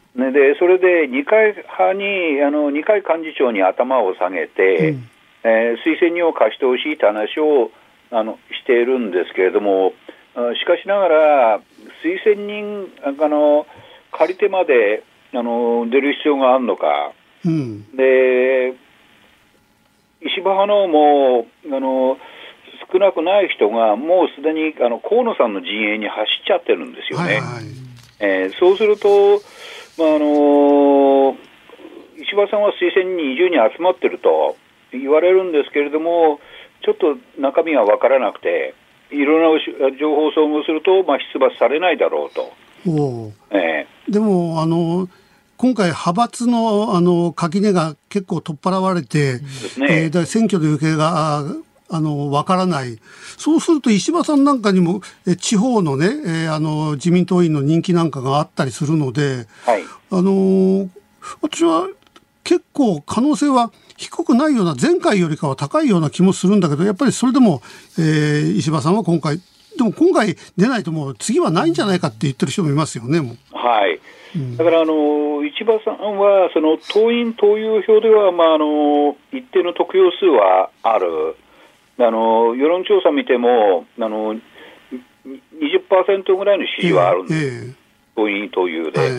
ね、でそれで二階派にあの二階幹事長に頭を下げて、うんえー、推薦人を貸してほしいという話をあのしているんですけれども、しかしながら推薦人あの借り手まであの出る必要があるのか、うん、で石破派のもあの少なくない人がもうすでにあの河野さんの陣営に走っちゃってるんですよね、はいはいえー、そうすると、まああの石破さんは推薦人にじゅうにん集まってると言われるんですけれども、ちょっと中身が分からなくていろんな情報を総合すると、まあ、出馬されないだろうと。お、えー、でもあの今回派閥 の, あの垣根が結構取っ払われて、ねえー、だ選挙の行方があの分からない。そうすると石破さんなんかにもえ地方のね、えー、あの自民党員の人気なんかがあったりするので、はい、あの私は結構可能性は低くないような、前回よりかは高いような気もするんだけど、やっぱりそれでも、えー、石破さんは今回でも今回出ないともう次はないんじゃないかって言ってる人もいますよね。もうはい、うん、だからあの石破さんはその党員党友票では、まあ、あの一定の得票数はある。あの世論調査見てもあの にじゅっパーセント ぐらいの支持はあるんです、えーえー、党員党友で、はい、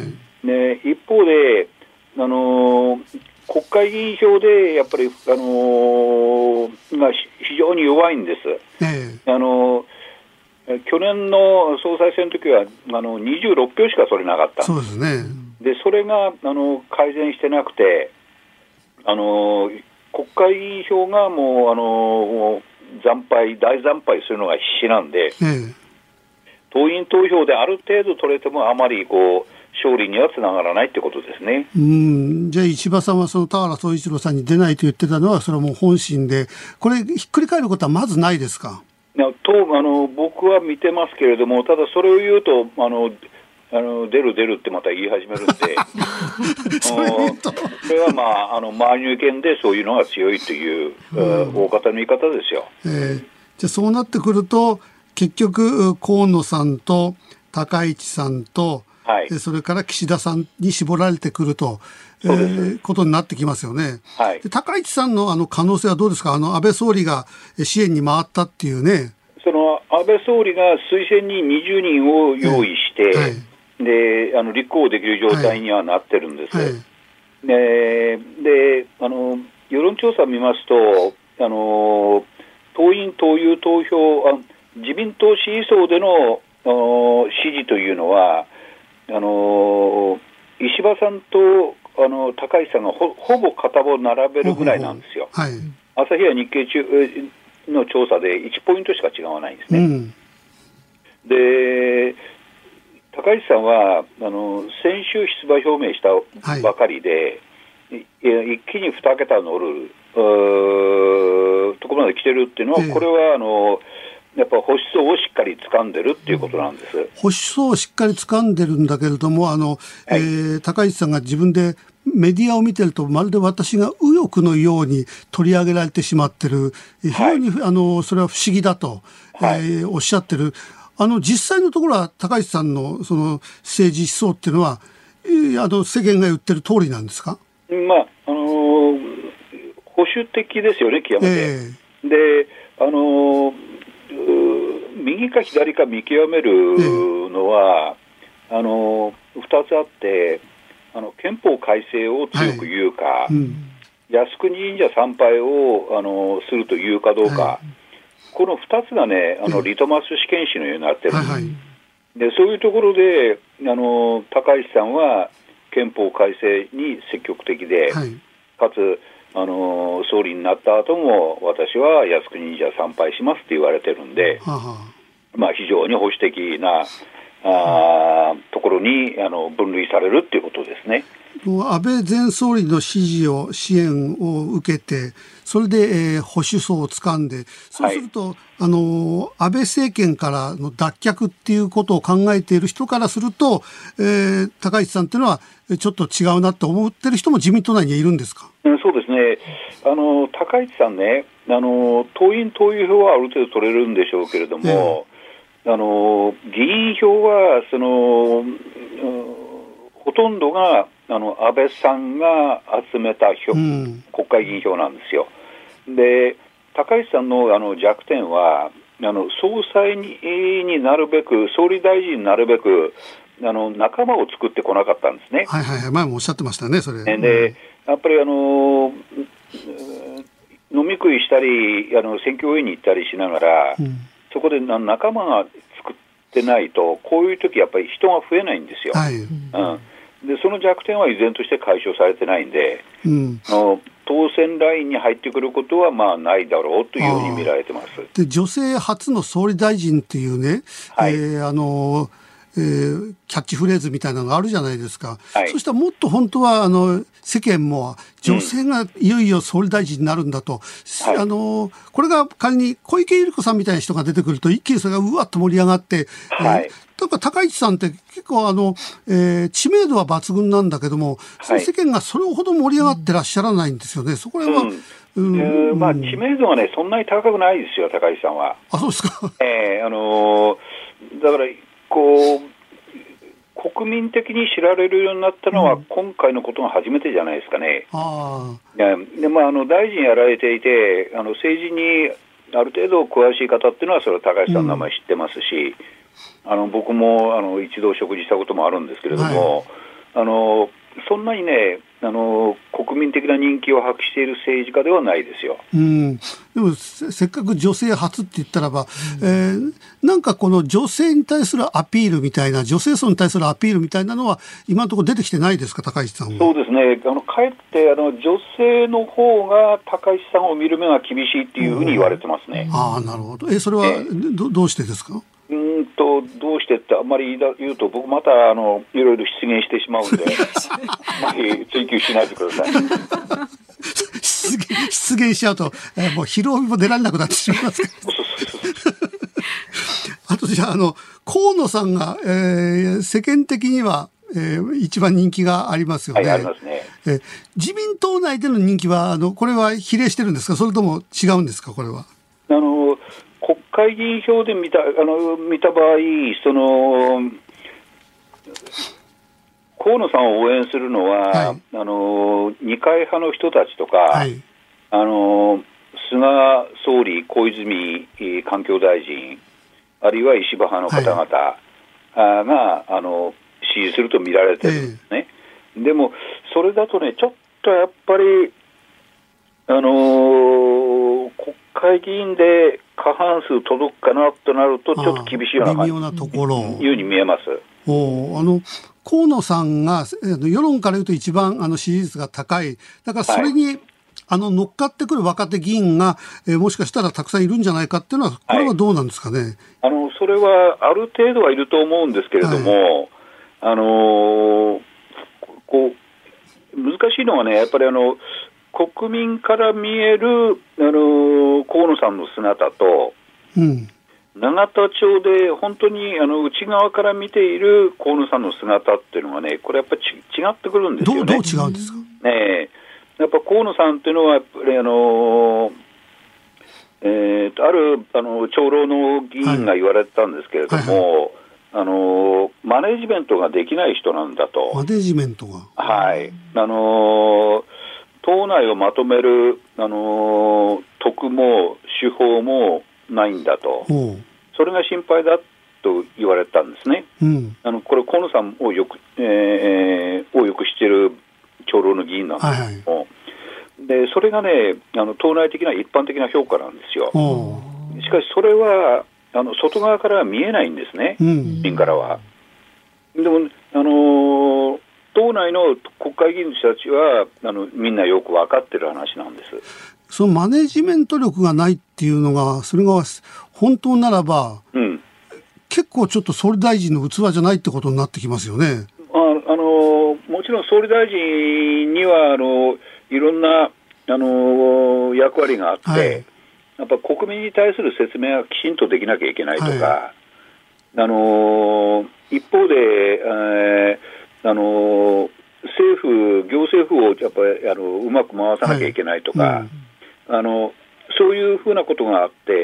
で一方であの国会議員票でやっぱり、あのー、が非常に弱いんです、ええ、あの去年の総裁選の時はあのにじゅうろくひょうしか取れなかった。 そうですね。 でそれがあの改善してなくて、あの国会議員票がもう、あの惨敗大惨敗するのが必死なんで、ええ、党員投票である程度取れてもあまりこう勝利にはつながらないってことですね。 うん、じゃあ石破さんはその田原総一郎さんに出ないと言ってたのはそれはもう本心で、これひっくり返ることはまずないですか？ とあの僕は見てますけれども、ただそれを言うとあのあの出る出るってまた言い始めるんでそ, れそれは、まあ、あの周りの意見でそういうのが強いという、うん、大方の言い方ですよ、 えー、じゃあそうなってくると結局河野さんと高市さんと、はい、それから岸田さんに絞られてくると、えー、ことになってきますよね、はい、で高市さん の, あの可能性はどうですか？あの安倍総理が支援に回ったっていうね。 その安倍総理が推薦人にじゅうにんを用意して、えーはいであの立候補できる状態にはなってるんです、はいはい、で, であの世論調査を見ますとあの党員党友投票あ自民党支持層での支持というのはあの石破さんとあの高市さんが ほ, ほぼ片方並べるぐらいなんですよ。ほうほう、はい、朝日や日経中の調査でいちポイントしか違わないんですね、うん、で高市さんはあの先週出馬表明したばかりで、はい、一気にに桁乗るところまで来てるっていうのは、えー、これはあのやっぱ保守層をしっかり掴んでるっていうことなんです、うん、 保守層をしっかり掴んでるんだけれどもあの、はいえー、高市さんが自分でメディアを見てるとまるで私が右翼のように取り上げられてしまってる非常に、はい、あのそれは不思議だと、はいえー、おっしゃってる。あの実際のところは高市さんのその政治思想っていうのは、えー、あの世間が言ってる通りなんですか？ まああのー、保守的ですよね極めて、えー、であのー、右か左か見極めるのは、えー、あのー、ふたつあってあの憲法改正を強く言うか、はいうん、靖国神社参拝を、あのー、するというかどうか、はいこのふたつがねあのリトマス試験紙のようになってる、はいはい、でそういうところであの高市さんは憲法改正に積極的で、はい、かつあの総理になった後も私は靖国神社参拝しますって言われてるんで、ははまあ、非常に保守的なあところにあの分類されるっていうことですね。 安倍前総理の支持を支援を受けてそれで、えー、保守層を掴んでそうすると、はい、あの安倍政権からの脱却っていうことを考えている人からすると、えー、高市さんっていうのはちょっと違うなと思ってる人も自民党内にいるんですか？ うん、そうですねあの高市さんねあの党員党友票はある程度取れるんでしょうけれども、えー、あの議員票はその、うんほとんどがあの安倍さんが集めた票、うん、国会議員票なんですよ。で高市さん の, あの弱点はあの総裁 に, になるべく総理大臣になるべくあの仲間を作ってこなかったんですね。 はいはいはい、前もおっしゃってましたねそれで、うん、やっぱりあの飲み食いしたりあの選挙応援に行ったりしながら、うん、そこで仲間が作ってないとこういう時やっぱり人が増えないんですよ、はい、うん、でその弱点は依然として解消されてないんで、うん、あの当選ラインに入ってくることはまあないだろうというふうに見られてます。 で女性初の総理大臣っていうね、はい、えー、あのえー、キャッチフレーズみたいなのがあるじゃないですか、はい、そしたらもっと本当はあの世間も女性がいよいよ総理大臣になるんだと、うん、あのこれが仮に小池百合子さんみたいな人が出てくると一気にそれがうわっと盛り上がって、はい、えー、だから高市さんって結構あの、えー、知名度は抜群なんだけども、はい、世間がそれほど盛り上がってらっしゃらないんですよね。そこら辺は、 うんうん、まあ、知名度はねそんなに高くないですよ高市さんは。 あ、そうですか。 えー、あのー、だからこう国民的に知られるようになったのは、うん、今回のことが初めてじゃないですかね。あで、まあ、あの大臣やられていてあの政治にある程度詳しい方っていうのはそれは高市さんの名前知ってますし、うん、あの僕もあの一度食事したこともあるんですけれども、はい、あのそんなにねあの国民的な人気を博している政治家ではないですよ。 うん、でも せ, せっかく女性初って言ったらば、うん、えー、なんかこの女性に対するアピールみたいな女性層に対するアピールみたいなのは今のところ出てきてないですか高市さんは。 そうですね、あのかえってあの女性の方が高市さんを見る目が厳しいっていうふうに言われてますね。 ああ、なるほど。えそれは ど, どうしてですか。 うんとどうしてってあんまり言うと僕またあのいろいろ出現してしまうんであまり追求しないでください出現、出現しちゃうと、えー、もう広帯も出られなくなってしまいますあとじゃあ、あの河野さんが、えー、世間的には、えー、一番人気がありますよね。 はい、ありますね。 えー、自民党内での人気はあのこれは比例してるんですか、それとも違うんですか。これはあの国会議員票で見た、あの見た場合、その河野さんを応援するのは、はい、あの二階派の人たちとか、はい、あの菅総理、小泉環境大臣、あるいは石破派の方々が、はい、あの支持すると見られてるんですね。えー、でも、それだとね、ちょっとやっぱり、あのー、国会議員で過半数届くかなとなると、ちょっと厳しいような感じ、微妙なところいうに見えます。 おあの河野さんが世論から言うと一番あの支持率が高い、だからそれに、はい、あの乗っかってくる若手議員が、えー、もしかしたらたくさんいるんじゃないかっていうのは、これはどうなんですかね。はい、 あのそれはある程度はいると思うんですけれども、はい、あのー、こう難しいのはね、やっぱりあの国民から見える、あのー、河野さんの姿と、うん、永田町で本当にあの内側から見ている河野さんの姿っていうのがね、これやっぱり違ってくるんですよね。 どう、どう違うんですか。 ね、やっぱ河野さんっていうのはやっぱりあの、えー、とあるあの長老の議員が言われてたんですけれども、はいはいはい、あのマネジメントができない人なんだと。 マネジメントが、 はい、あの党内をまとめる、あの徳も手法もないんだと、それが心配だと言われたんですね。うん、あのこれ河野さんをよく、えー、をよく知っている長老の議員なんですけども、はいはい、でそれがね、あの党内的な一般的な評価なんですよ。しかしそれはあの外側からは見えないんですね、うん、民からは。でも、あのー、党内の国会議員の人たちはあのみんなよく分かってる話なんです。 そのマネジメント力がないっていうのが、それが本当ならば、うん、結構ちょっと総理大臣の器じゃないってことになってきますよね。 あ、あのもちろん総理大臣にはあのいろんなあの役割があって、はい、やっぱ国民に対する説明はきちんとできなきゃいけないとか、はい、あの一方で、えー、あの政府、行政府をやっぱりあのうまく回さなきゃいけないとか、はい、あのそういうふうなことがあって、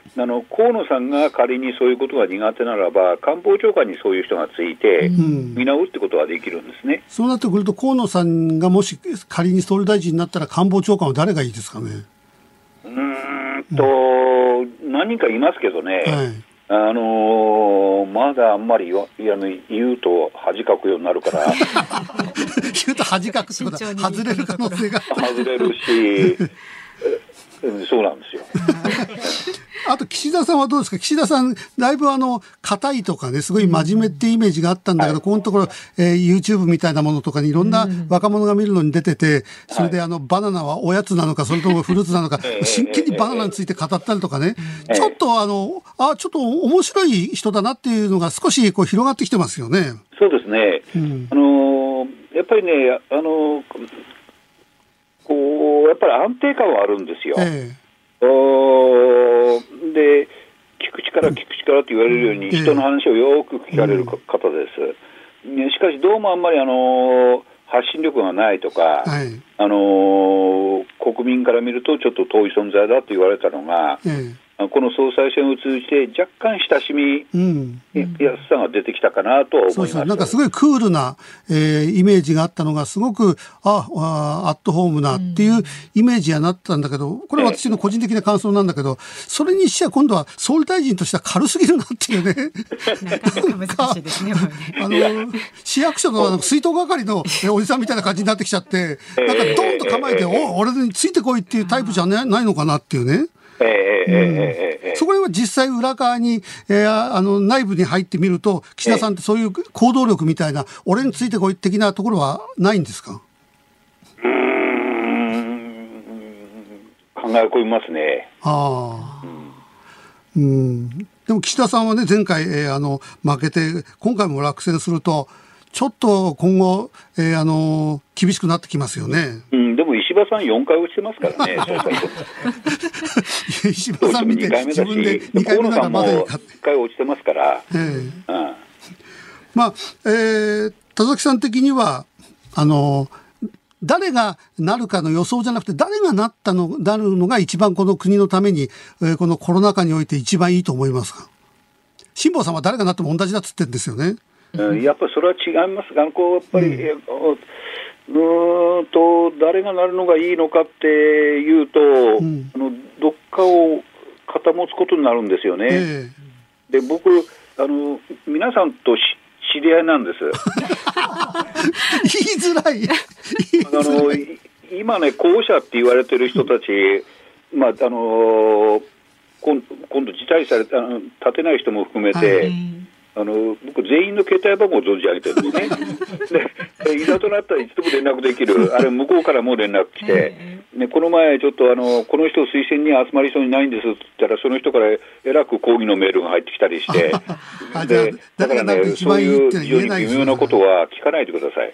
あの河野さんが仮にそういうことが苦手ならば、官房長官にそういう人がついて、見直すってことはできるんですね。 そうなってくると、河野さんがもし仮に総理大臣になったら、官房長官は誰がいいですかね。 うーんと、うん、何人かいますけどね、はい、あのー、まだあんまり言わ言うと恥かくようになるから言うと恥かくってことは外れる可能性が外れるしそうなんですよあと岸田さんはどうですか。岸田さんだいぶあの硬いとかね、すごい真面目ってイメージがあったんだけど、はい、このところ、えー、YouTube みたいなものとかにいろんな若者が見るのに出てて、それであのバナナはおやつなのかそれともフルーツなのか真剣にバナナについて語ったりとかね、ちょっとあのあちょっと面白い人だなっていうのが少しこう広がってきてますよね。 そうですね、うん、あのー、やっぱりね、あのー、こうやっぱり安定感はあるんですよ、ええおで聞く力聞く力と言われるように人の話をよく聞かれる方です、うん、しかしどうもあんまりあの発信力がないとか、はい、あの国民から見るとちょっと遠い存在だと言われたのが、うんこの総裁選を通じて若干親しみやすさが出てきたかなと思います。そうそう、 なんかすごいクールな、えー、イメージがあったのがすごくああアットホームなっていうイメージになったんだけど、これは私の個人的な感想なんだけど、それにしては今度は総理大臣としては軽すぎるなっていうねなかなか難しいですねあの市役所の水筒係のおじさんみたいな感じになってきちゃってなんかドンと構えて、えー、お俺についてこいっていうタイプじゃ、ね、ないのかなっていうね。えーえーうん、そこでは実際裏側に、えー、あの内部に入ってみると岸田さんってそういう行動力みたいな、えー、俺についてこい的なところはないんですか。 うーん考え込みますね。 あ、うん、うんでも岸田さんはね前回、えー、あの負けて今回も落選するとちょっと今後、えー、あの厳しくなってきますよね。 うん、でも石破さんよんかい落ちてますからね石破さん見て自分でにかいめならまだいいかっていっかい落ちてますから、えーうん、 まあ、えー、田崎さん的にはあの誰がなるかの予想じゃなくて誰がなったのなるのが一番この国のために、えー、このコロナ禍において一番いいと思いますか。辛坊さんは誰がなっても同じだっつってるんですよね。 うん、やっぱりそれは違いますが、こうやっぱり、うん、うーんと誰がなるのがいいのかっていうと、うん、あのどっかを肩持つことになるんですよね、えー、で僕あの皆さんとし知り合いなんです言いづらいあの今ね候補者って言われてる人たち、まああの今, 今度辞退された立てない人も含めて、はい、あの僕全員の携帯番号を存じ上げてるんですねでいざとなったらいつでも連絡できるあれ向こうからも連絡来て、ね、この前ちょっとあのこの人推薦に集まりそうにないんですって言ったらその人からえらく抗議のメールが入ってきたりしてでだからねそういう非常に微妙なことは聞かないでください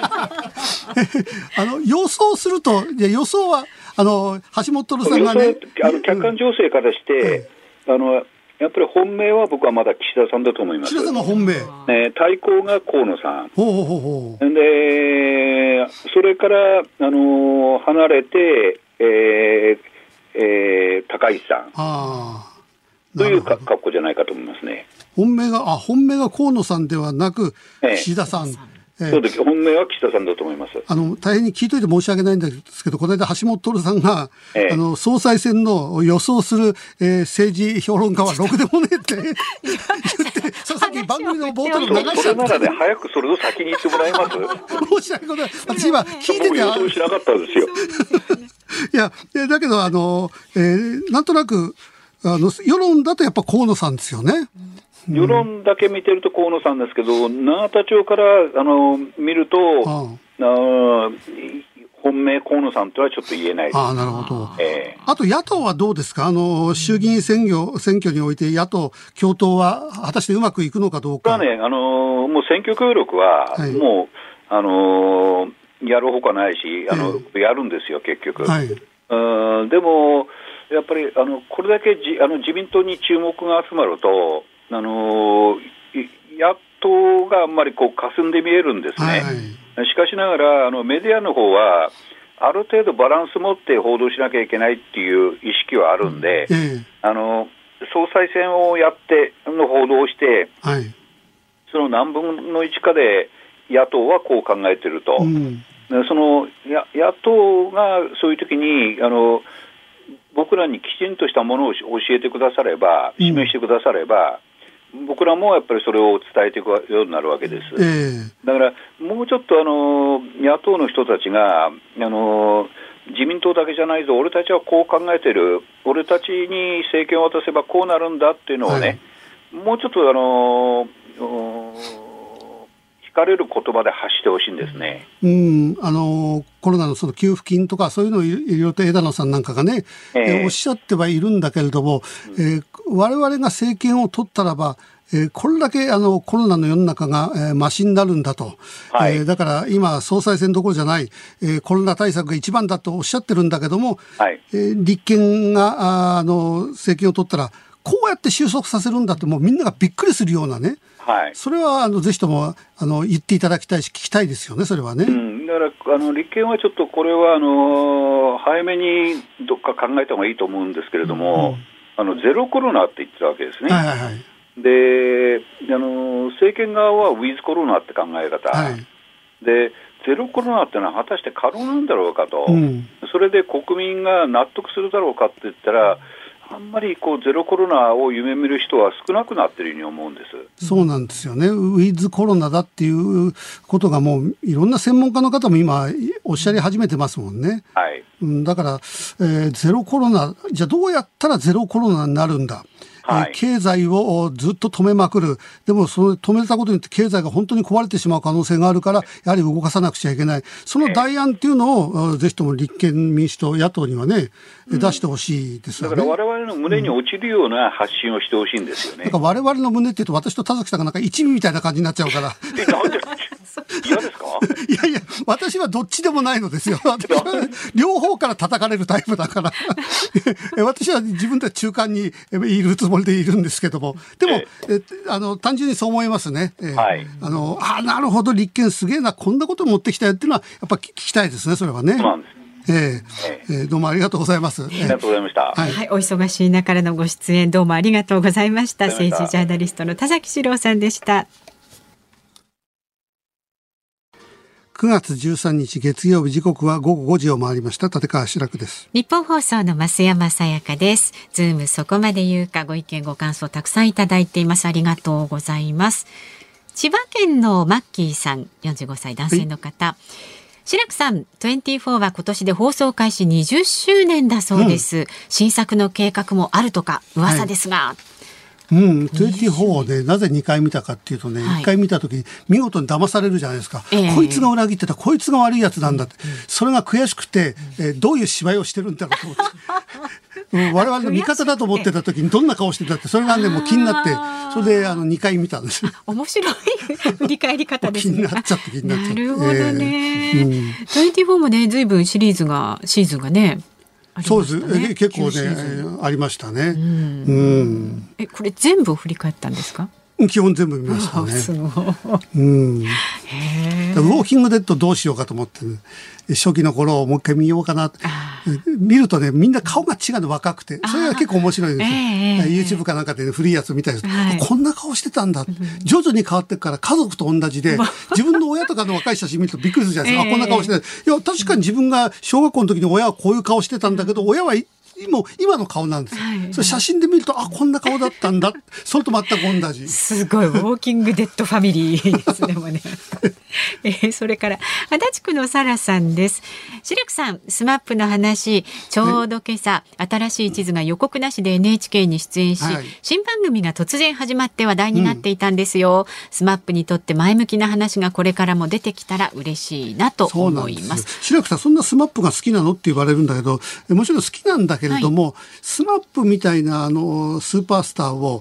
あの予想するといや予想はあの橋本さんがねあの客観情勢からして、うん、あのやっぱり本命は僕はまだ岸田さんだと思います。 岸田さんが本命、 ね、対抗が河野さんほうほうほうでそれから、あのー、離れて、えーえー、高市さんあという格好じゃないかと思いますね。 本命があ本命が河野さんではなく岸田さん、ええそうです。本命は岸田さんだと思います。 あの大変に聞いといて申し訳ないんですけど、この間橋本徹さんが、ええ、あの総裁選の予想する、えー、政治評論家はろくでもねえって言ってその先番組の冒頭で流しちゃった。 それならね早くそれを先に言ってもらえます申し訳ございません。私今聞いてて予想しなかったんですよいやだけどあの、えー、なんとなくあの世論だとやっぱ河野さんですよね。 世論だけ見てると河野さんですけど、永田町からあの見るとああ本命河野さんとはちょっと言えないです。 あなるほど、えー、あと野党はどうですか。あの衆議院選挙、選挙において野党共闘は果たしてうまくいくのかどうか。 ね、あのもう選挙協力はもう、はい、あのやるほかないしあの、えー、やるんですよ結局、はい、うんでもやっぱりあのこれだけじあの自民党に注目が集まるとあの野党があんまりこう霞んで見えるんですね、はいはい、しかしながらあのメディアの方はある程度バランス持って報道しなきゃいけないっていう意識はあるんで、うん、あの総裁選をやっての報道をして、 はい、 その何分のいちかで野党はこう考えていると、うん、そのや野党がそういう時にあの僕らにきちんとしたものを教えてくだされば、示してくだされば、うん、僕らもやっぱりそれを伝えていくようになるわけです、えー、だからもうちょっとあの野党の人たちがあの自民党だけじゃないぞ、俺たちはこう考えてる、俺たちに政権を渡せばこうなるんだっていうのをね、はい、もうちょっとあの聞かれる言葉で発してほしいんですね。 うん、あのコロナのその給付金とかそういうのをいろいろと枝野さんなんかがね、えーえー、おっしゃってはいるんだけれども、うんえー、我々が政権を取ったらばえー、これだけあのコロナの世の中が、えー、マシになるんだと、はいえー、だから今総裁選どころじゃない、えー、コロナ対策が一番だとおっしゃってるんだけども、はいえー、立憲がああの政権を取ったらこうやって収束させるんだってもうみんながびっくりするようなね、はい、それはあのぜひともあの言っていただきたいし聞きたいですよね、それはね、うん、 だからあの立憲はちょっとこれはあの早めにどっか考えた方がいいと思うんですけれども、うん、あのゼロコロナって言ってるわけですね、はいはいはいであの政権側はウィズコロナって考え方、はい、でゼロコロナってのは果たして可能なんだろうかと、うん、それで国民が納得するだろうかって言ったらあんまりこうゼロコロナを夢見る人は少なくなっているように思うんです。 そうなんですよね。ウィズコロナだっていうことがもういろんな専門家の方も今おっしゃり始めてますもんね、はいうん、だから、えー、ゼロコロナじゃあどうやったらゼロコロナになるんだ、はい、経済をずっと止めまくる。でもその止めたことによって経済が本当に壊れてしまう可能性があるからやはり動かさなくちゃいけない。その代案っていうのをぜひとも立憲民主党野党にはね出してほしいですよね、 うん、だから我々の胸に落ちるような発信をしてほしいんですよね、 うん、だから我々の胸っていうと私と田崎さんがなんか一味みたいな感じになっちゃうからえなんで嫌ですかいやいや私はどっちでもないのですよ。私は両方から叩かれるタイプだから私は自分たち中間にいるつもりでいるんですけどもでも、ええあの単純にそう思いますね、えはい、あのあなるほど立憲すげえなこんなこと持ってきたよっていうのはやっぱ聞きたいですねそれはね。そうなんですえーえー、どうもありがとうございます。ありがとうございました、 はいはい、お忙しい中からのご出演どうもありがとうございました。政治ジャーナリストの田崎史郎さんでした。 くがつじゅうさんにち月曜日時刻はごごごじを回りました。立川志らくです。 日本放送の増山さやかです。ズームそこまで言うかご意見ご感想たくさんいただいています。ありがとうございます。千葉県のマッキーさんよんじゅうごさい男性の方、志らくさん、にじゅうよんは今年で放送開始にじゅっしゅうねんだそうです、うん、新作の計画もあるとか噂ですが、はいうん、にじゅうよんをね、なぜにかい見たかっていうとね、はい、いっかい見たときに見事に騙されるじゃないですか、えー、こいつが裏切ってたこいつが悪いやつなんだって、うん、それが悔しくて、えー、どういう芝居をしてるんだろうと思ってうん、我々の味方だと思ってたときにどんな顔してたってそれがねもう気になってそれであのにかい見たんです。 面白い振り返り方ですね。 気になっちゃって気になっちゃって。 なるほどね、えーうん、にじゅうよんもね随分シリーズがシーズンがねそうです、ね、結構ねありましたね、うんうん、えこれ全部振り返ったんですか？ 基本全部見ましたね。 すごい、 うん、へウォーキングデッドどうしようかと思って、ね、初期の頃をもう一回見ようかな見るとねみんな顔が違うの若くてそれが結構面白いんですよ、えー、YouTube かなんかで、ね、古いやつ見たりすると、はい、こんな顔してたんだ徐々に変わっていくから家族と同じで自分の親とかの若い写真見るとびっくりするじゃないですか、えー、あこんな顔してたいや確かに自分が小学校の時に親はこういう顔してたんだけど親は今, 今の顔なんですよ、はいはい、それ写真で見るとあこんな顔だったんだそれと全く同じすごいウォーキングデッドファミリーですねもうね、えー、それから足立区のサラさんです。志らくさんスマップの話ちょうど今朝新しい地図が予告なしで エヌエイチケー に出演し、はい、新番組が突然始まって話題になっていたんですよ、うん、スマップにとって前向きな話がこれからも出てきたら嬉しいなと思います。 志らくさんそんなスマップが好きなのって言われるんだけどもちろん好きなんだけどけれども、はい、スマップみたいなあのスーパースターを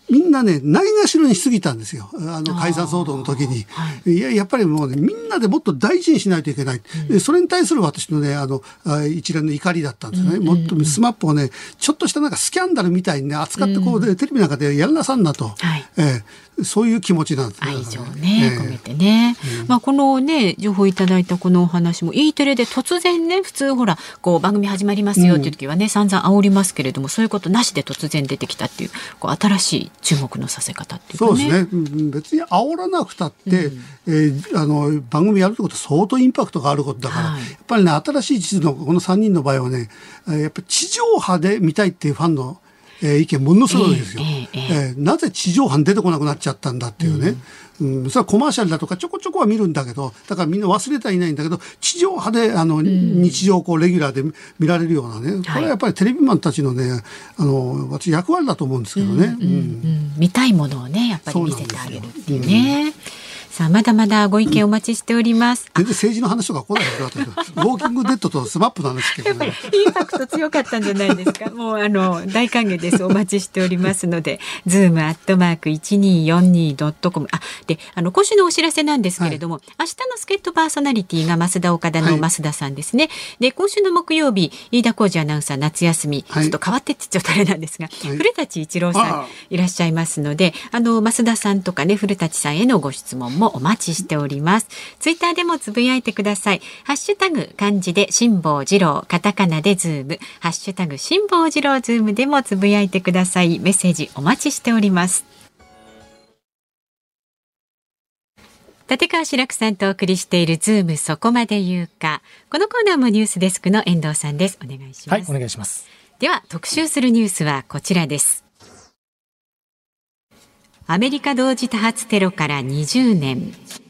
みんなね、ないがしろにしすぎたんですよ。あの、解散騒動の時に。はい、いや、やっぱりもうね、みんなでもっと大事にしないといけない。うん、それに対する私のね、あの、一連の怒りだったんですね。うんうんうん、もっとスマップをね、ちょっとしたなんかスキャンダルみたいにね、扱ってこうで、うん、テレビなんかでやらなさんなと。はい、えー、そういう気持ちなんですね。 愛情ね、えー、込めてね。うん、まあ、このね、情報いただいたこのお話も、E テレで突然ね、普通ほら、こう、番組始まりますよっていう時はね、うん、散々煽りますけれども、そういうことなしで突然出てきたっていう、こう、新しい注目のさせ方っていうかね。 そうですね。別に煽らなくたって、うん、えー、あの番組やるってことは相当インパクトがあることだから、はい、やっぱりね、新しい地図のこのさんにんの場合はね、やっぱり地上波で見たいっていうファンの、えー、意見ものすごいですよ、えーえーえー、なぜ地上波に出てこなくなっちゃったんだっていうね、うんうん、それはコマーシャルだとかちょこちょこは見るんだけど、だからみんな忘れてはいないんだけど、地上波であの、うん、日常こうレギュラーで見られるようなね、これはやっぱりテレビマンたちのね、あの私役割だと思うんですけどね、うんうんうん、 見たいものをねやっぱり見せてあげるっていうね。さあまだまだご意見お待ちしております。 全然政治の話とか来ないですよ。ウォーキングデッドとスマップの話やっぱりインパクト強かったんじゃないですか。もうあの大歓迎です。お待ちしておりますので、ズームアットマーク一二四二ドットコム。あ、であの今週のお知らせなんですけれども、はい、明日の助っ人パーソナリティが増田岡田の増田さんですね。はい、で今週の木曜日飯田浩司アナウンサー夏休み、はい、ちょっと変わってってちょっとあれなんですが、はい、古舘一郎さんいらっしゃいますので、あの増田さんとかね古舘さんへのご質問もお待ちしております。おります。ツイッターでもつぶやいてください。ハッシュタグ漢字で辛坊治郎、カタカナでズーム、ハッシュタグ辛坊治郎ズームでもつぶやいてください。メッセージお待ちしております。立川志らくさんとお送りしているズームそこまで言うか。このコーナーもニュースデスクの遠藤さんです。お願いします。 はい、お願いします。 では特集するニュースはこちらです。アメリカ同時多発テロからにじゅうねん。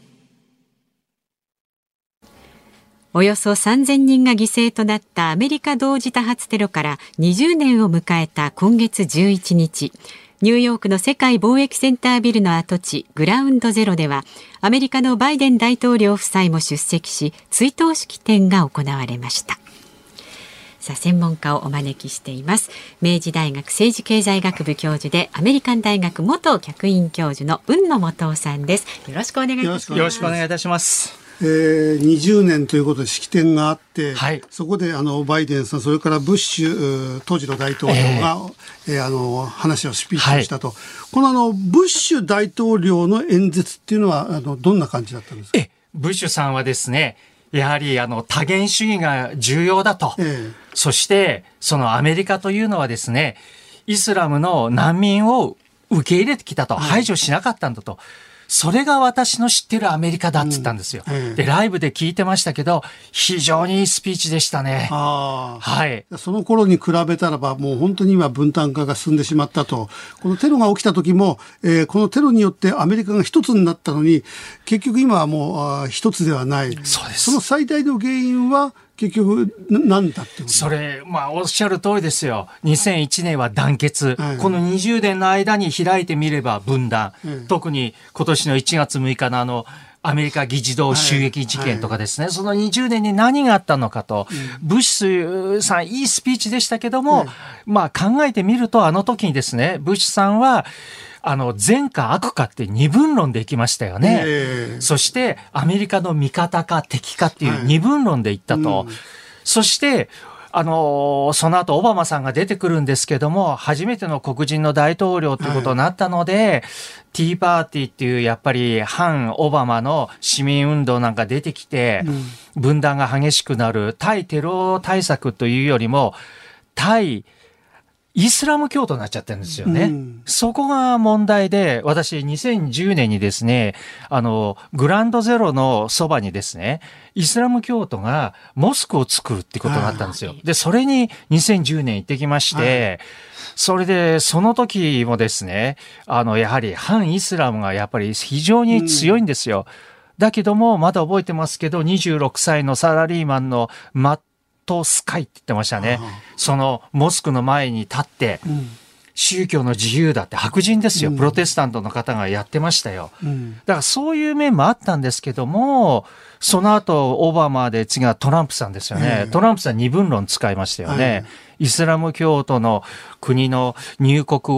およそさんぜんにんが犠牲となったアメリカ同時多発テロからにじゅうねんを迎えた今月じゅういちにち、ニューヨークの世界貿易センタービルの跡地グラウンドゼロではアメリカのバイデン大統領夫妻も出席し、追悼式典が行われました。さあ専門家をお招きしています。明治大学政治経済学部教授でアメリカン大学元客員教授の雲野元夫さんです。よろしくお願いいたします。 よろしくお願いいたします。 えー、にじゅうねんということで式典があって、はい、そこであのバイデンさん、それからブッシュ当時の大統領が、えーえー、あの話をスピーチをしたと、はい、このあのブッシュ大統領の演説っていうのはあのどんな感じだったんですか。 えブッシュさんはですね、やはりあの多元主義が重要だと、えー、そしてそのアメリカというのはですね、イスラムの難民を受け入れてきたと、排除しなかったんだと、それが私の知ってるアメリカだって言ったんですよ、うんええ、でライブで聞いてましたけど非常にいいスピーチでしたね。 あ、はい、その頃に比べたらばもう本当に今分担化が進んでしまったと。このテロが起きた時も、えー、このテロによってアメリカが一つになったのに結局今はもう一つではない。 そうです。 その最大の原因は結局何だってこと。 それ、まあ、おっしゃる通りですよ。にせんいちねんは団結、はい、このにじゅうねんの間に開いてみれば分断、はい、特に今年のいちがつむいかのあのアメリカ議事堂襲撃事件とかですね、はいはい、そのにじゅうねんに何があったのかと、うん、ブッシュさんいいスピーチでしたけども、うん、まあ考えてみるとあの時にですね、ブッシュさんはあの善か悪かって二分論でいきましたよね、えー、そしてアメリカの味方か敵かっていう二分論でいったと、はいうん、そしてあのその後オバマさんが出てくるんですけども、初めての黒人の大統領ということになったので、はい、ティーパーティーっていうやっぱり反オバマの市民運動なんか出てきて、うん、分断が激しくなる。対テロ対策というよりも対イスラム教徒になっちゃってるんですよね、うん、そこが問題で、私にせんじゅうねんにですね、あのグランドゼロのそばにですね、イスラム教徒がモスクを作るってことになったんですよ。でそれににせんじゅうねん行ってきまして、はい、それでその時もですね、あのやはり反イスラムがやっぱり非常に強いんですよ、うん、だけどもまだ覚えてますけど、にじゅうろくさいのサラリーマンのマットスカイって言ってましたね。そのモスクの前に立って、うん、宗教の自由だって、白人ですよ、うん、プロテスタントの方がやってましたよ、うん、だからそういう面もあったんですけども、その後オバマで次はトランプさんですよね、うん、トランプさん二分論使いましたよね、うん、イスラム教徒の国の入国を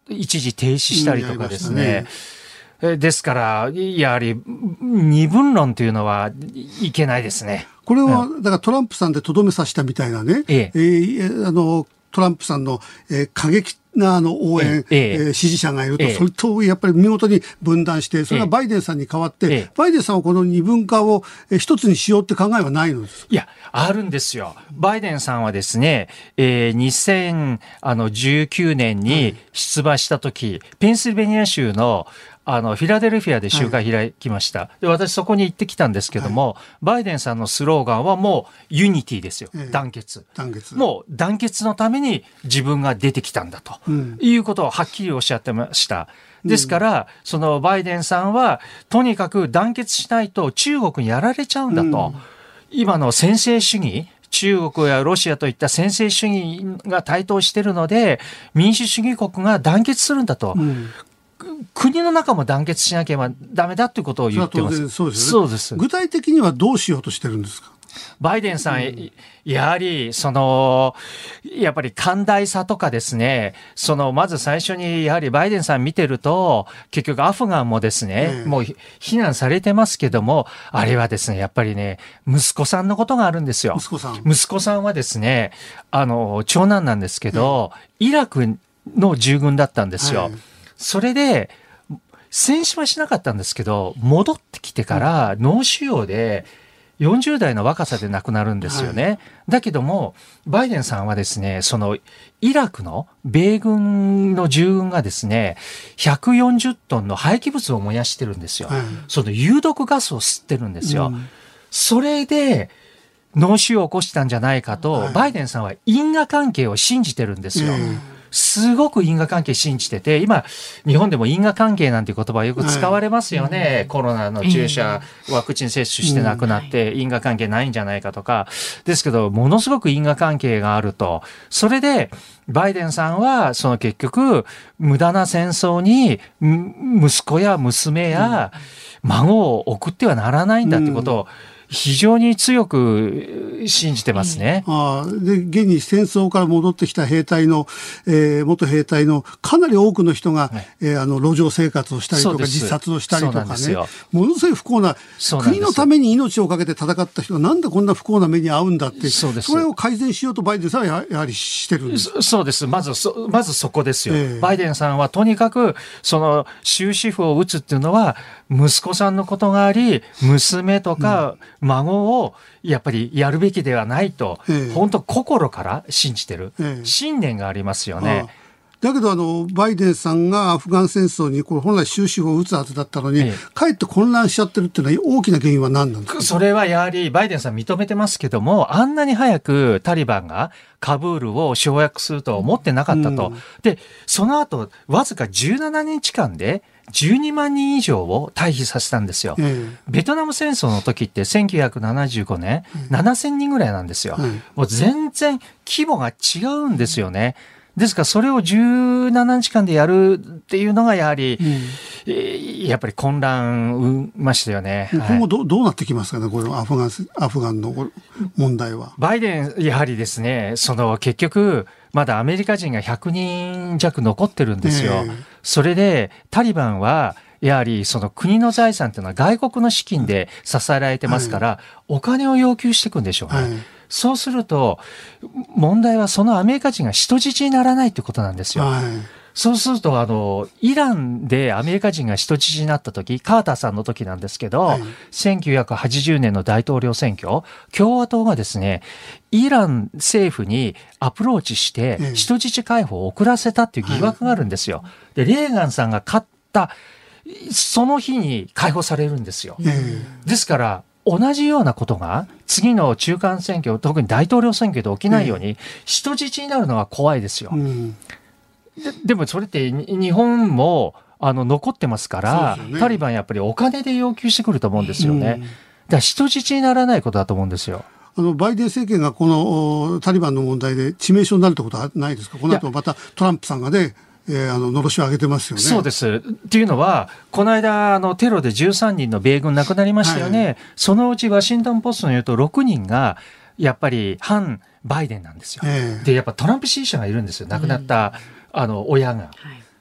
一時停止したりとかですね。うん、ですから、やはり二分論というのはいけないですね。 これは、だからトランプさんでとどめさせたみたいなね、えええー、あのトランプさんの、えー、過激なあの応援、えええー、支持者がいると、ええ、それとやっぱり見事に分断して、それがバイデンさんに代わって、ええ、バイデンさんはこの二分化を一つにしようって考えはないのです。 いや、あるんですよ。バイデンさんはですね、えー、にせんじゅうきゅうねんに出馬したとき、はい、ペンシルベニア州のあのフィラデルフィアで集会開きました、はい、で私そこに行ってきたんですけども、はい、バイデンさんのスローガンはもうユニティですよ、ええ、団結団結もう団結のために自分が出てきたんだと、うん、いうことをはっきりおっしゃってました。ですから、うん、そのバイデンさんはとにかく団結しないと中国にやられちゃうんだと、うん、今の専制主義中国やロシアといった専制主義が台頭しているので民主主義国が団結するんだと、うん、国の中も団結しなければダメだということを言ってます。 そうですよね。そうです。具体的にはどうしようとしてるんですか。 バイデンさん、うん、やはりそのやっぱり寛大さとかですね、そのまず最初にやはりバイデンさん見てると結局アフガンもですね、うん、もう非難されてますけども、あれはですねやっぱりね息子さんのことがあるんですよ。 息子さん息子さんはですねあの長男なんですけど、うん、イラクの従軍だったんですよ、はい、それで戦死はしなかったんですけど戻ってきてから脳腫瘍でよんじゅう代の若さで亡くなるんですよね、はい、だけどもバイデンさんはですねそのイラクの米軍の従軍がですねひゃくよんじゅうトンの廃棄物を燃やしてるんですよ、はい、その有毒ガスを吸ってるんですよ、うん、それで脳腫瘍を起こしたんじゃないかと、はい、バイデンさんは因果関係を信じてるんですよ、うんすごく因果関係信じてて、今日本でも因果関係なんていう言葉はよく使われますよね、はい、コロナの注射、うん、ワクチン接種して亡くなって因果関係ないんじゃないかとかですけど、ものすごく因果関係があると。それでバイデンさんはその結局無駄な戦争に息子や娘や孫を送ってはならないんだってことを、うん非常に強く信じてますね。 あで現に戦争から戻ってきた兵隊の、えー、元兵隊のかなり多くの人が、はいえー、あの路上生活をしたりとか自殺をしたりとかねものすごい不幸な国のために命をかけて戦った人がなんでこんな不幸な目に遭うんだってそうですそれを改善しようとバイデンさんは や, やはりしてるんですそ。そうですまず そ, まずそこですよ、えー、バイデンさんはとにかくその終止符を打つっていうのは息子さんのことがあり娘とか、うん孫をやっぱりやるべきではないと、ええ、本当心から信じてる、ええ、信念がありますよね。 ああだけどあのバイデンさんがアフガン戦争にこれ本来終止符を打つはずだったのに、ええ、かえって混乱しちゃってるっていうのは大きな原因は何なんですか。 それはやはりバイデンさん認めてますけどもあんなに早くタリバンがカブールを掌握するとは思ってなかったと、うん、でその後わずかじゅうななにちかんでじゅうにまんにん以上を退避させたんですよ、ええ、ベトナム戦争の時ってせんきゅうひゃくななじゅうごねん、ええ、ななせんにんぐらいなんですよ、ええ、もう全然規模が違うんですよね。ですからそれをじゅうななにちかんでやるっていうのがやはり、うんえー、やっぱり混乱生ましたよね。 今後 ど,、はい、どうなってきますかねこのアフガン、アフガンの問題は。 バイデンやはりですねその結局まだアメリカ人がひゃくにん弱残ってるんですよ、えー、それでタリバンはやはりその国の財産というのは外国の資金で支えられてますから、はい、お金を要求していくんでしょうね、はい、そうすると問題はそのアメリカ人が人質にならないということなんですよ、はい、そうするとあのイランでアメリカ人が人質になった時カーターさんの時なんですけど、はい、せんきゅうひゃくはちじゅうねんの大統領選挙共和党がですねイラン政府にアプローチして人質解放を遅らせたっていう疑惑があるんですよ。でレーガンさんが勝ったその日に解放されるんですよ。ですから同じようなことが次の中間選挙特に大統領選挙で起きないように人質になるのは怖いですよ。で, でもそれって日本もあの残ってますから、ね、タリバンやっぱりお金で要求してくると思うんですよね。だから人質にならないことだと思うんですよ。 あのバイデン政権がこのタリバンの問題で致命傷になるってことはないですか。この後またトランプさんがねえー、あののろしを上げてますよね。 そうです。っていうのはこの間あのテロでじゅうさんにんの米軍亡くなりましたよね、はい、そのうちワシントンポストによるとろくにんがやっぱり反バイデンなんですよ、えー、でやっぱトランプ支持者がいるんですよ亡くなった、うん、あの親が、はい、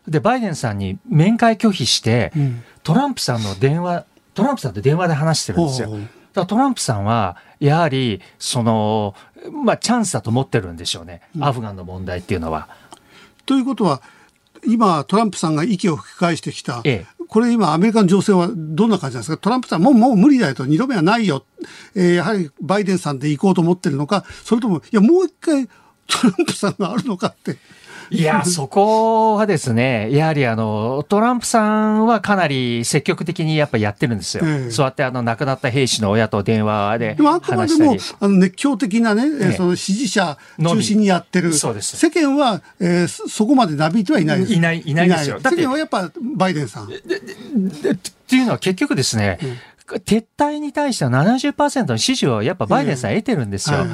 でバイデンさんに面会拒否して、うん、トランプさんの電話トランプさんと電話で話してるんですよ。だからトランプさんはやはりその、まあ、チャンスだと思ってるんでしょうね、うん、アフガンの問題っていうのは。 ということは今トランプさんが息を吹き返してきた、ええ、これ今アメリカの情勢はどんな感じなんですか。トランプさんもうもう無理だよと、にどめはないよ、えー、やはりバイデンさんで行こうと思ってるのか、それともいやもう一回トランプさんがあるのかって。 いや、そこはですね、やはりあの、トランプさんはかなり積極的にやっぱりやってるんですよ。ええ、そうやってあの、亡くなった兵士の親と電話で話したり。でもあくまでも、 あの、熱狂的なね、ええ、その支持者中心にやってる。そうです。世間は、えー、そこまでなびいてはいないです。 いない、いないですよ。 だって世間はやっぱバイデンさん。 っていうのは結局ですね、うん、撤退に対しては ななじゅっパーセント の支持をやっぱバイデンさん得てるんですよ。ええはい、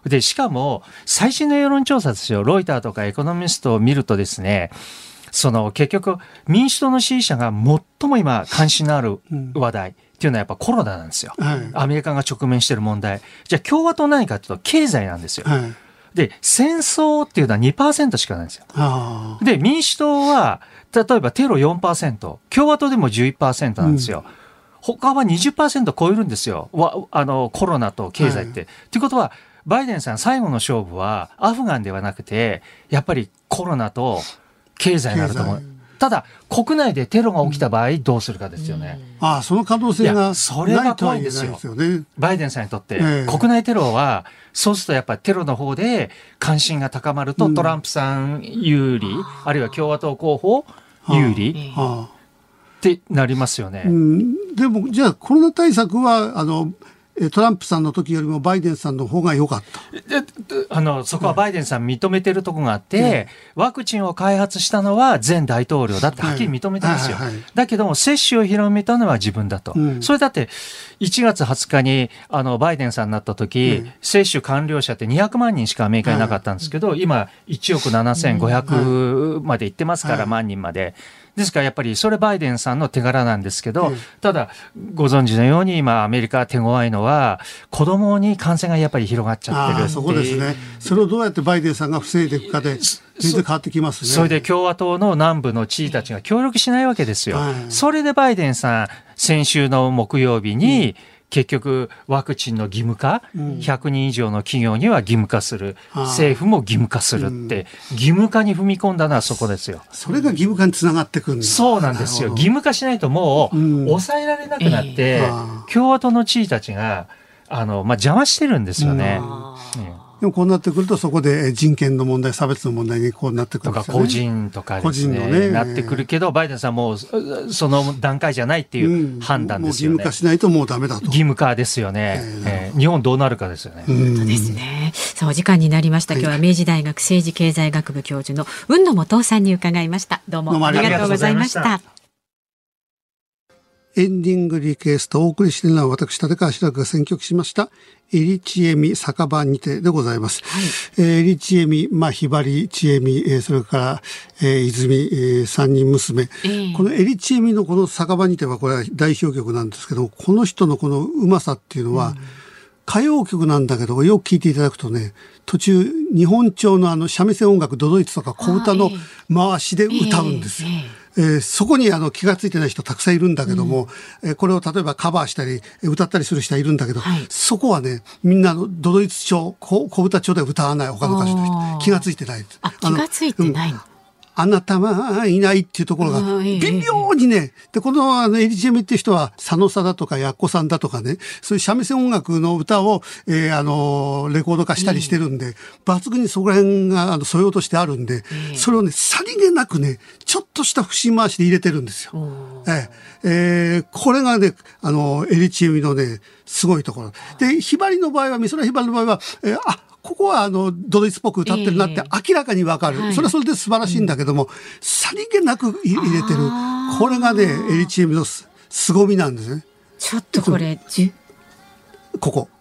でしかも最新の世論調査ですよ、ロイターとかエコノミストを見るとですね、その結局民主党の支持者が最も今関心のある話題っていうのはやっぱコロナなんですよ、はい、アメリカが直面している問題。じゃあ共和党何かというと経済なんですよ、はい、で戦争っていうのは にパーセント しかないんですよ。で民主党は例えばテロ よんパーセント、 共和党でも じゅういちパーセント なんですよ、うん、他は にじゅっパーセント 超えるんですよ、あのコロナと経済って、はい、ということはバイデンさん最後の勝負はアフガンではなくてやっぱりコロナと経済になると思う。ただ国内でテロが起きた場合どうするかですよね、 うん、ああその可能性がそれが怖いんですよ、ね、バイデンさんにとって、えー、国内テロはそうするとやっぱりテロの方で関心が高まると、うん、トランプさん有利、あるいは共和党候補有利、はあはあ、ってなりますよね、うん、 でもじゃあコロナ対策はあのトランプさんの時よりもバイデンさんの方が良かった。 あのそこはバイデンさん認めてるところがあって、うん、ワクチンを開発したのは前大統領だってはっきり認めてますよ、はいはいはいはい、だけども接種を広めたのは自分だと、うん、それだっていちがつはつかにあのバイデンさんになった時、うん、接種完了者ってにひゃくまんにんしかアメリカになかったんですけど、はい、今いちおくななせんごひゃくまでいってますから、はい、万人までですからやっぱりそれバイデンさんの手柄なんですけど、うん、ただご存知のように今アメリカ手強いのは子供に感染がやっぱり広がっちゃってるっていう。 あ、そこですね。それをどうやってバイデンさんが防いでいくかで全然変わってきますね。 それで共和党の南部の知事たちが協力しないわけですよ、はい、それでバイデンさん先週の木曜日に、うん、結局ワクチンの義務化、うん、ひゃくにん以上の企業には義務化する、政府も義務化するって、うん、義務化に踏み込んだのはそこですよ。 それが義務化につながってくるんだ。 そうなんですよ。義務化しないともう抑えられなくなって、うんえー、共和党の知事たちがあの、まあ、邪魔してるんですよね、うんうんでもこうなってくるとそこで人権の問題、差別の問題にこうなってくるんですよね。 とか個人とかですね、ねなってくるけどバイデンさんもその段階じゃないっていう判断ですよね、 うん、もう義務化しないともうダメだと。 義務化ですよね、えーえー、日本どうなるかですよね。 本当ですね。さあお時間になりました。今日は明治大学政治経済学部教授の海野素央さんに伺いました。どうもありがとうございました。 エンディングリクエストをお送りしているのは私立川志らくが選曲しましたエリチエミ酒場にてでございます、はいえー、エリチエミ、まあ、ひばりちえみ、えー、それから、えー、泉、えー、三人娘、えー、このエリチエミのこの酒場にてはこれは代表曲なんですけど、この人のこのうまさっていうのは、うん、歌謡曲なんだけどよく聴いていただくとね、途中日本調のあの三味線音楽都々逸とか小唄の回しで歌うんですよ、えーえーえー、そこにあの気がついてない人たくさんいるんだけども、うんえー、これを例えばカバーしたり歌ったりする人はいるんだけど、はい、そこはねみんなの都々逸調小唄調で歌わない他の歌手の人気がついてない。 あ気がついてないの、うんあなたはいないっていうところが微妙にね、でこのあのエリチエミっていう人は佐野さだとかやっこさんだとかね、そういう三味線音楽の歌を、えー、あのレコード化したりしてるんで、抜群にそこら辺があの素養としてあるんで、それをねさりげなくねちょっとした節回しで入れてるんですよ。えーえー、これがねあのエリチエミのねすごいところで、ひばりの場合は美空ひばりの場合は、えー、あここはあの都々逸っぽく歌ってるなって明らかにわかる、えー、それはそれで素晴らしいんだけども、うん、さりげなく入れてる、これがねエリチエミの凄みなんですね。 ちょっとこれじここ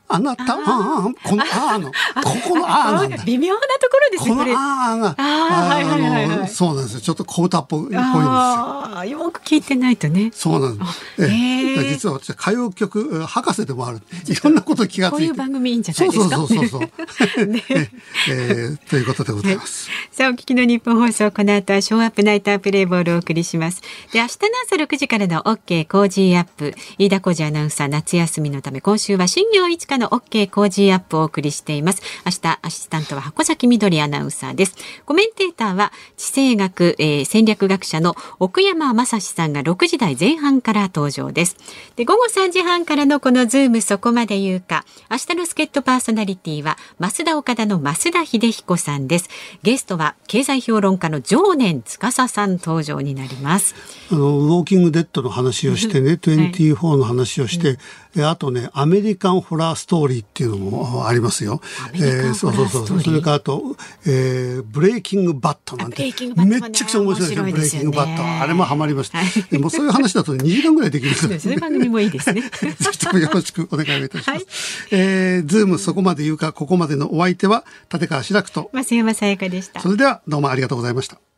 あなた、ああ、このあの、ここのあなんだ。 微妙なところですね、 このあが、 あ、はいはいはい、 そうなんですよ。ちょっと小歌っぽいんですよ。 あ、よく聞いてないとね。 そうなんです。えー、実は私歌謡曲博士でもある。いろんなこと気がついて。 こういう番組いいんじゃないですか。 そうそうそうそう。ねえー、ということでございます。 はい、さあお聞きの日本放送、この後はショーアップナイタープレイボールをお送りします。で、明日の朝ろくじからの OK コージーアップ、飯田浩司アナウンサー夏休みのため、今週は新業一華の OK コージーアップをお送りしています。明日アシスタントは箱崎みどりアナウンサーです。コメンテーターは地政学、えー、戦略学者の奥山正史さんがろくじ台前半から登場です。で、午後さんじはんからのこのズームそこまで言うか、明日の助っ人パーソナリティは増田岡田の増田秀彦さんです。ゲストは経済評論家の常年司さん登場になります。 あのウォーキングデッドの話をしてね、トゥエンティーフォーの話をして、うん、あとねアメリカンホラーストーリーっていうのもありますよ。 アメリカンホラーストーリー、えー、そうそうそう。それからあと、えー、ブレイキングバットなんて、ね、めっちゃくちゃ面白いですよ。ブレイキングバット、あれもハマりました。はい、でもそういう話だとにじかんぐらいできるんですよ。そういう番組もいいですね。 ぜひともよろしくお願いいたします。はい、えー、ズームそこまで言うか、ここまでのお相手は立川志らくと増山さやかでした。 それではどうもありがとうございました。